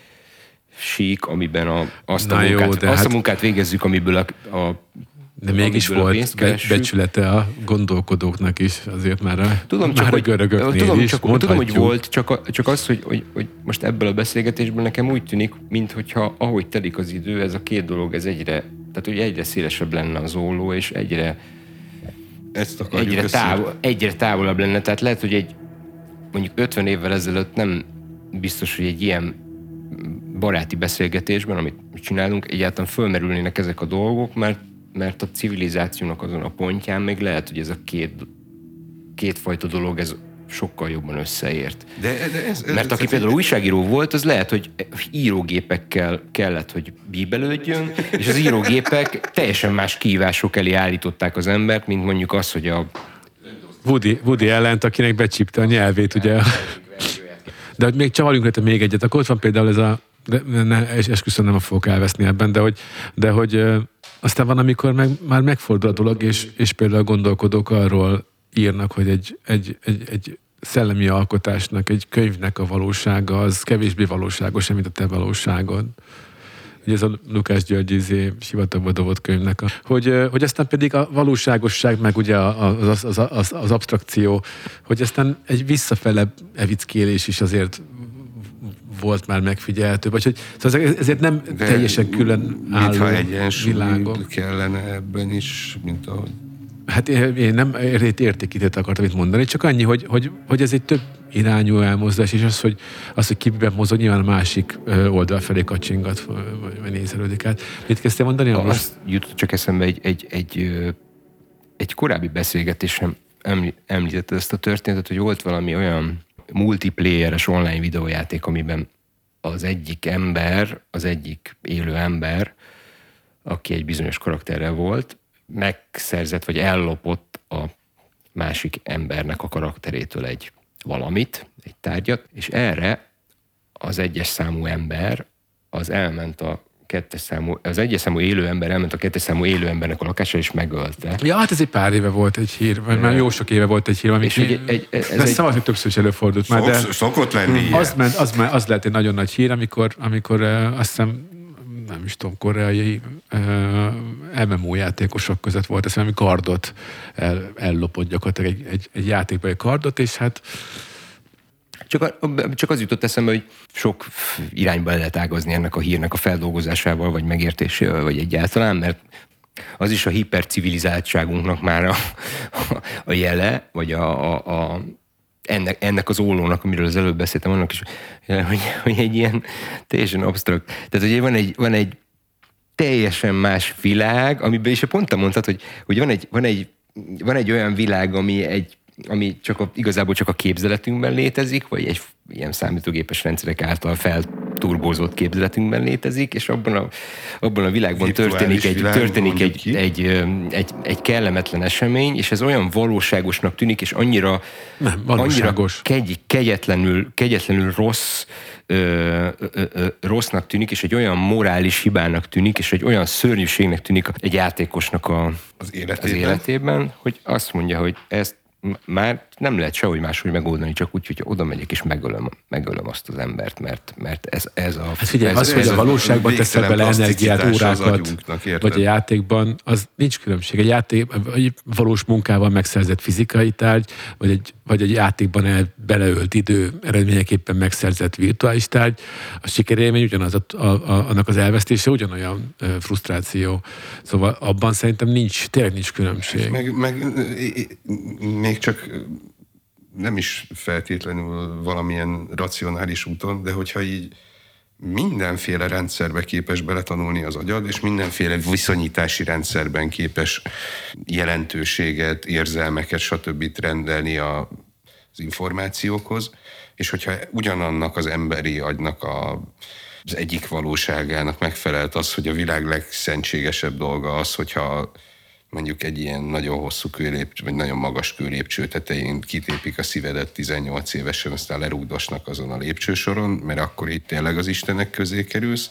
sík, amiben a, azt, a munkát, jó, azt hát... a munkát végezzük, amiből a, a de mégis volt be, becsülete a gondolkodóknak is, azért már a, tudom, csak, már a görögöknél tudom, is csak, tudom, hogy volt, csak, a, csak az, hogy, hogy, hogy most ebből a beszélgetésből nekem úgy tűnik, minthogyha ahogy telik az idő, ez a két dolog, ez egyre, tehát hogy egyre szélesebb lenne az olló, és egyre, Ezt egyre, távol, egyre távolabb lenne. Tehát lehet, hogy egy mondjuk ötven évvel ezelőtt nem biztos, hogy egy ilyen baráti beszélgetésben, amit csinálunk, egyáltalán fölmerülnének ezek a dolgok, mert mert a civilizációnak azon a pontján még lehet, hogy ez a két, kétfajta dolog, ez sokkal jobban összeért. De, de ez, ez, mert aki ez, például ez, újságíró volt, az lehet, hogy írógépekkel kellett, hogy bíbelődjön, és az írógépek teljesen más kihívások elé állították az embert, mint mondjuk az, hogy a... Woody, Woody Allent, akinek becsípte a nyelvét, ugye. De hogy még csavaljunk le még egyet, akkor ott van például ez a... De, ne, és esküszöm, nem fogok elveszni ebben, de hogy, de hogy aztán van, amikor meg, már megfordul a dolog, és, és például gondolkodók arról írnak, hogy egy, egy, egy, egy szellemi alkotásnak, egy könyvnek a valósága az kevésbé valóságos, mint a te valóságod. Ugye ez a Lukács György izé, sivatagba dobott könyvnek. A, hogy, hogy aztán pedig a valóságosság, meg ugye az, az, az, az abstrakció, hogy aztán egy visszafele evickélés is azért volt már megfigyelhető, vagy hogy szóval ezért nem de teljesen külön álló mintha egyensúly kellene ebben is, mint ahogy... Hát én nem értékítőt akartam itt mondani, csak annyi, hogy, hogy, hogy ez egy több irányú elmozdulás, és az, hogy, az, hogy kiben mozog, nyilván a másik oldal felé kacsingat, vagy, vagy nézelődik át. Mit kezdtél mondani? Azt jutott csak eszembe egy, egy, egy, egy korábbi beszélgetésem említette ezt a történetet, hogy volt valami olyan multiplayeres online videójáték, amiben az egyik ember, az egyik élő ember, aki egy bizonyos karakterrel volt, megszerzett, vagy ellopott a másik embernek a karakterétől egy valamit, egy tárgyat, és erre az egyes számú ember az elment a kettes számú, az egyes számú élő ember elment a kettes számú élő embernek a lakására, és megölte. Ja, hát ez egy pár éve volt egy hír, vagy már jó sok éve volt egy hír, és egy, egy, ez de egy... szabad, hogy többször is előfordult már, de szokott lenni az, ment, az, az lehet egy nagyon nagy hír, amikor, amikor uh, azt hiszem, nem is tudom, koreai uh, em em o játékosok között volt, ez valami kardot el, ellopott gyakorlatilag egy, egy, egy játékba egy kardot, és hát Csak, a, csak az jutott eszembe, hogy sok irányba lehet ágazni ennek a hírnek a feldolgozásával, vagy megértésével, vagy egyáltalán, mert az is a hipercivilizáltságunknak már a, a jele, vagy a, a, a, ennek, ennek az ollónak, amiről az előbb beszéltem, annak is, hogy, hogy egy ilyen teljesen absztrakt. Tehát, hogy van egy, van egy teljesen más világ, amiben is pont te mondtad, hogy, hogy van, egy, van, egy, van egy olyan világ, ami egy ami csak a, igazából csak a képzeletünkben létezik, vagy egy ilyen számítógépes rendszerek által felturbózott képzeletünkben létezik, és abban a, abban a világban történik, egy, világ, történik egy, egy, egy, egy kellemetlen esemény, és ez olyan valóságosnak tűnik, és annyira, Nem, annyira kegy, kegyetlenül, kegyetlenül rossz, ö, ö, ö, rossznak tűnik, és egy olyan morális hibának tűnik, és egy olyan szörnyűségnek tűnik egy játékosnak a, az, életében. az életében, hogy azt mondja, hogy ezt már nem lehet sehogy máshogy megoldani, csak úgy, hogy oda megyek és megölöm, megölöm azt az embert, mert, mert ez, ez a... Hát figyelj, ez, az, hogy ez a valóságban teszed bele energiát, órákat, vagy a játékban, az nincs különbség. Egy játék, egy valós munkával megszerzett fizikai tárgy, vagy egy, vagy egy játékban el, beleölt idő eredményeképpen megszerzett virtuális tárgy, a sikerélmény ugyanaz, a, a, a, annak az elvesztése ugyanolyan uh, frusztráció. Szóval abban szerintem nincs, tényleg nincs különbség. Meg, meg még csak nem is feltétlenül valamilyen racionális úton, de hogyha így mindenféle rendszerbe képes beletanulni az agyad, és mindenféle viszonyítási rendszerben képes jelentőséget, érzelmeket, stb. Rendelni a, az információkhoz, és hogyha ugyanannak az emberi agynak a, az egyik valóságának megfelelt az, hogy a világ legszentségesebb dolga az, hogyha mondjuk egy ilyen nagyon hosszú kőlépcső, vagy nagyon magas kőlépcső tetején kitépik a szívedet tizennyolc évesen, aztán lerúgdosnak azon a lépcsősoron, mert akkor itt tényleg az Istenek közé kerülsz.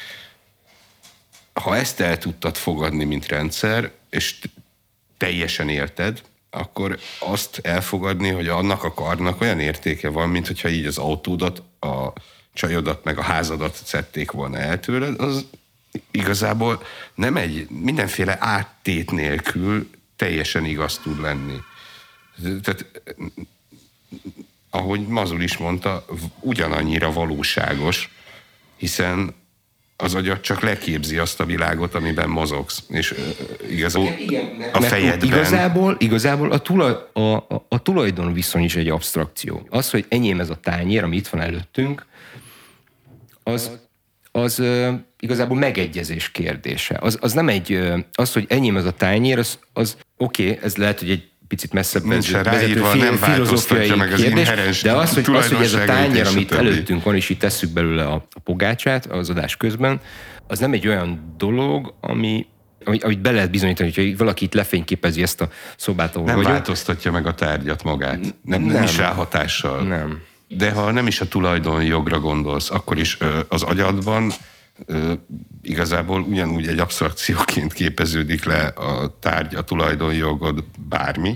Ha ezt el tudtad fogadni, mint rendszer, és teljesen érted, akkor azt elfogadni, hogy annak a karnak olyan értéke van, mint hogyha így az autódat, a csajodat, meg a házadat szedték volna el tőled, az igazából nem egy, mindenféle áttét nélkül teljesen igaz tud lenni. Tehát, ahogy Mazur is mondta, ugyanannyira valóságos, hiszen az agyad csak leképzi azt a világot, amiben mozogsz. És igazából igen, a fejedben... Igazából, igazából a, tulaj, a, a, a tulajdon viszony is egy absztrakció. Az, hogy enyém ez a tányér, ami itt van előttünk, az... az uh, igazából megegyezés kérdése. Az, az nem egy, uh, az, hogy enyém ez a tányér, az, az oké, okay, ez lehet, hogy egy picit messzebb vezető, vezető fi, filozófiai meg kérdés, de az hogy, az, hogy ez a tányér, amit előttünk van, és itt tesszük belőle a, a pogácsát az adás közben, az nem egy olyan dolog, ami, amit, amit be lehet bizonyítani, hogyha valaki itt lefényképezi ezt a szobát, ahol nem vagyok. Változtatja meg a tárgyat magát. Nem, nem, nem is rá hatással. Nem. De ha nem is a tulajdonjogra gondolsz, akkor is ö, az agyadban ö, igazából ugyanúgy egy absztrakcióként képeződik le a tárgy, a tulajdonjogod, bármi,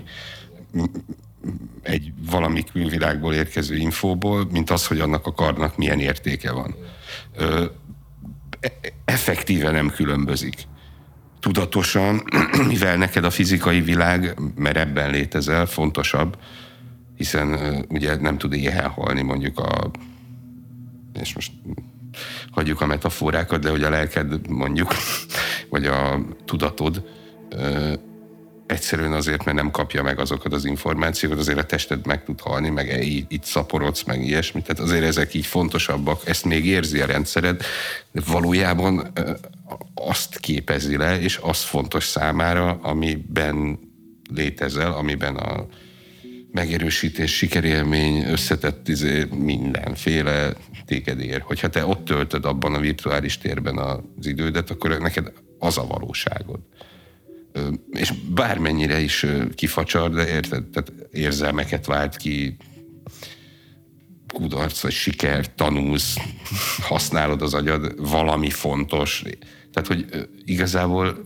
egy valami külvilágból érkező infóból, mint az, hogy annak a karnak milyen értéke van. Ö, effektíve nem különbözik. Tudatosan, mivel neked a fizikai világ, mert ebben létezel, fontosabb, hiszen uh, ugye nem tud éhen halni mondjuk a, és most hagyjuk a metaforákat, de hogy a lelked mondjuk, vagy a tudatod, uh, egyszerűen azért, mert nem kapja meg azokat az információkat, azért a tested meg tud halni, meg itt szaporodsz, meg ilyesmit. Tehát azért ezek így fontosabbak, ezt még érzi a rendszered, de valójában azt képezi le, és az fontos számára, amiben létezel, amiben a megerősítés, sikerélmény, összetett izé, mindenféle téged ér. Hogyha te ott töltöd abban a virtuális térben az idődet, akkor neked az a valóságod. És bármennyire is kifacsar, de érted, tehát érzelmeket vált ki, kudarc, vagy siker, tanulsz, használod az agyad, valami fontos. Tehát, hogy igazából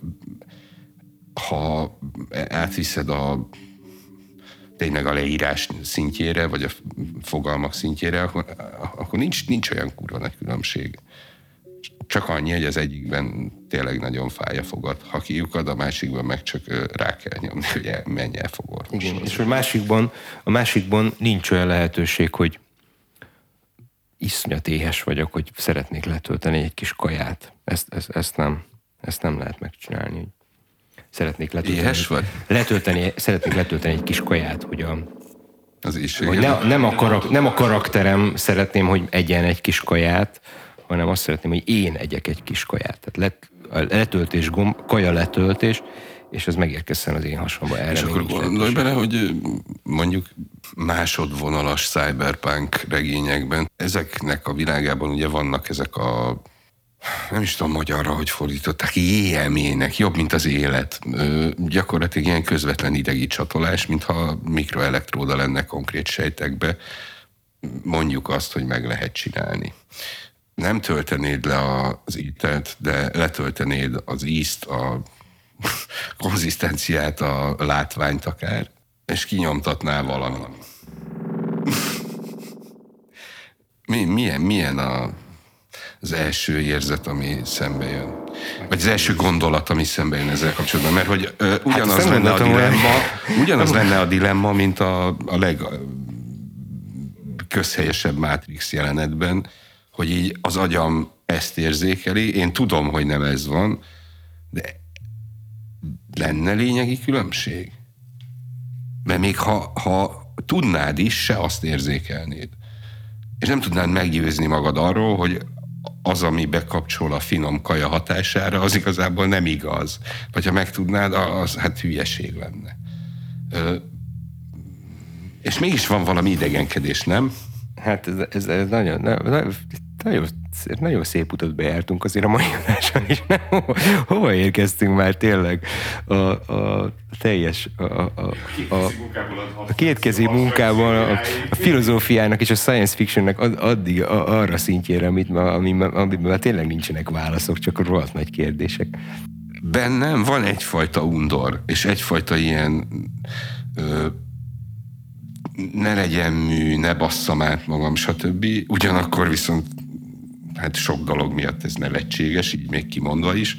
ha átviszed a tényleg a leírás szintjére, vagy a fogalmak szintjére, akkor, akkor nincs, nincs olyan kurva nagy különbség. Csak annyi, hogy az egyikben tényleg nagyon fáj a fogad. Ha kiukad, a másikban meg csak rá kell nyomni, hogy menj el fogorvos. Igen, és a másikban, a másikban nincs olyan lehetőség, hogy iszonyat éhes vagyok, hogy szeretnék letölteni egy kis kaját. Ezt, ezt, ezt, nem, ezt nem lehet megcsinálni. Szeretnék letölteni, éhes vagy? letölteni, szeretnék letölteni egy kis kaját, hogy a az is hogy ne, nem, a karak, nem a karakterem szeretném, hogy egyen egy kis kaját, hanem azt szeretném, hogy én egyek egy kis kaját. Tehát let, a letöltés gomb, kaja letöltés, és az megérkezzen az én hasonba. Erre és akkor gondolj bele, hogy mondjuk másodvonalas cyberpunk regényekben, ezeknek a világában ugye vannak ezek a, nem is tudom magyarra, hogy fordították, élmények, jobb, mint az élet. Ö, gyakorlatilag ilyen közvetlen idegi csatolás, mintha mikroelektróda lenne konkrét sejtekbe. Mondjuk azt, hogy meg lehet csinálni. Nem töltenéd le az ételt, de letöltenéd az ízt, a konzisztenciát, a látványt akár, és kinyomtatnál valami. Mi, milyen, milyen a, az első érzet, ami szembe jön? Vagy az első gondolat, ami szembe jön ezzel kapcsolatban? Mert hogy ö, ugyanaz, hát lenne, a dilemma, ugyanaz lenne a dilemma, mint a, a legközhelyesebb Matrix jelenetben, hogy így az agyam ezt érzékeli, én tudom, hogy nem ez van, de lenne lényegi különbség? Mert még ha, ha tudnád is, se azt érzékelnéd. És nem tudnád meggyőzni magad arról, hogy az, ami bekapcsol a finom kaja hatására, az igazából nem igaz. Vagy ha megtudnád, az hát hülyeség lenne. Ö, és mégis van valami idegenkedés, nem? Hát ez, ez, ez nagyon, nagyon, nagyon, nagyon szép utat bejártunk azért a mai adáson is. Nem, hova, hova érkeztünk már tényleg? A, a teljes, a, a, a, a kétkezi munkában, a, a filozófiának és a science fictionnek addig a, arra szintjére, amit, amiben, amiben tényleg nincsenek válaszok, csak a rohadt nagy kérdések. Bennem van egyfajta undor, és egyfajta ilyen ö, ne legyen mű, ne basszam át magam, stb. Ugyanakkor viszont hát sok dolog miatt ez nevetséges, így még kimondva is.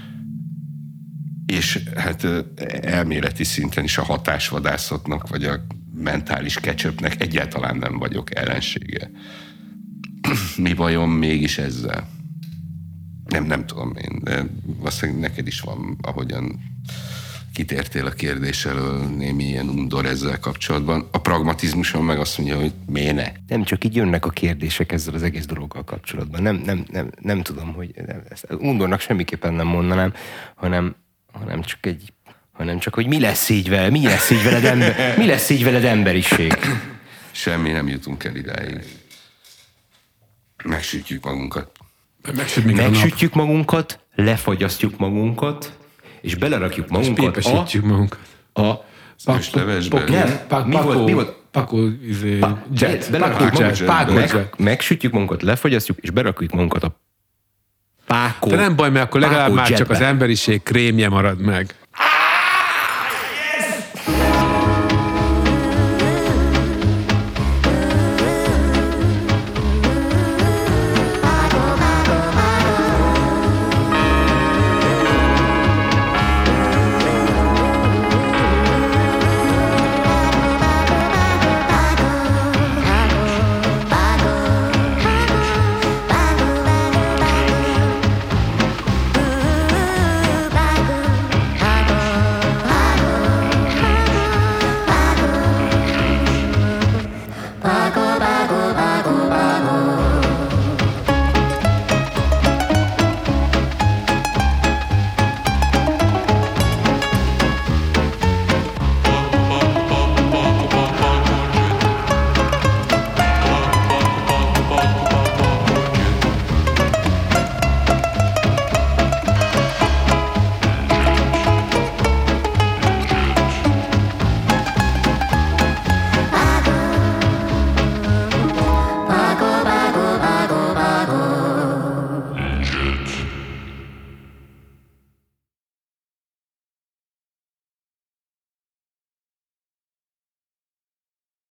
És hát elméleti szinten is a hatásvadászatnak, vagy a mentális ketchupnek egyáltalán nem vagyok ellensége. Mi bajom mégis ezzel? Nem, nem tudom én, de valószínűleg neked is van, ahogyan kitértél a kérdés elől, némi ilyen undor ezzel kapcsolatban. A pragmatizmuson meg azt mondja, hogy miért ne? Nem, csak így jönnek a kérdések ezzel az egész dologgal kapcsolatban. Nem, nem, nem, nem tudom, hogy ezt undornak semmiképpen nem mondanám, hanem, hanem csak egy, hanem csak, hogy mi lesz így veled, mi lesz így veled, ember, mi lesz így veled emberiség? Semmi, nem jutunk el idáig. Megsütjük magunkat. Megsütjük, Megsütjük magunkat, lefagyasztjuk magunkat, és belerakjuk magunkat és a... magunkat. A... Szőslevesbe. Nem, mi volt? Mi volt? Pakó, izé, jet. Megsütjük magunkat, lefagyasztjuk, és berakjuk magunkat a pákó. De nem baj, mert akkor legalább már csak az emberiség krémje marad meg.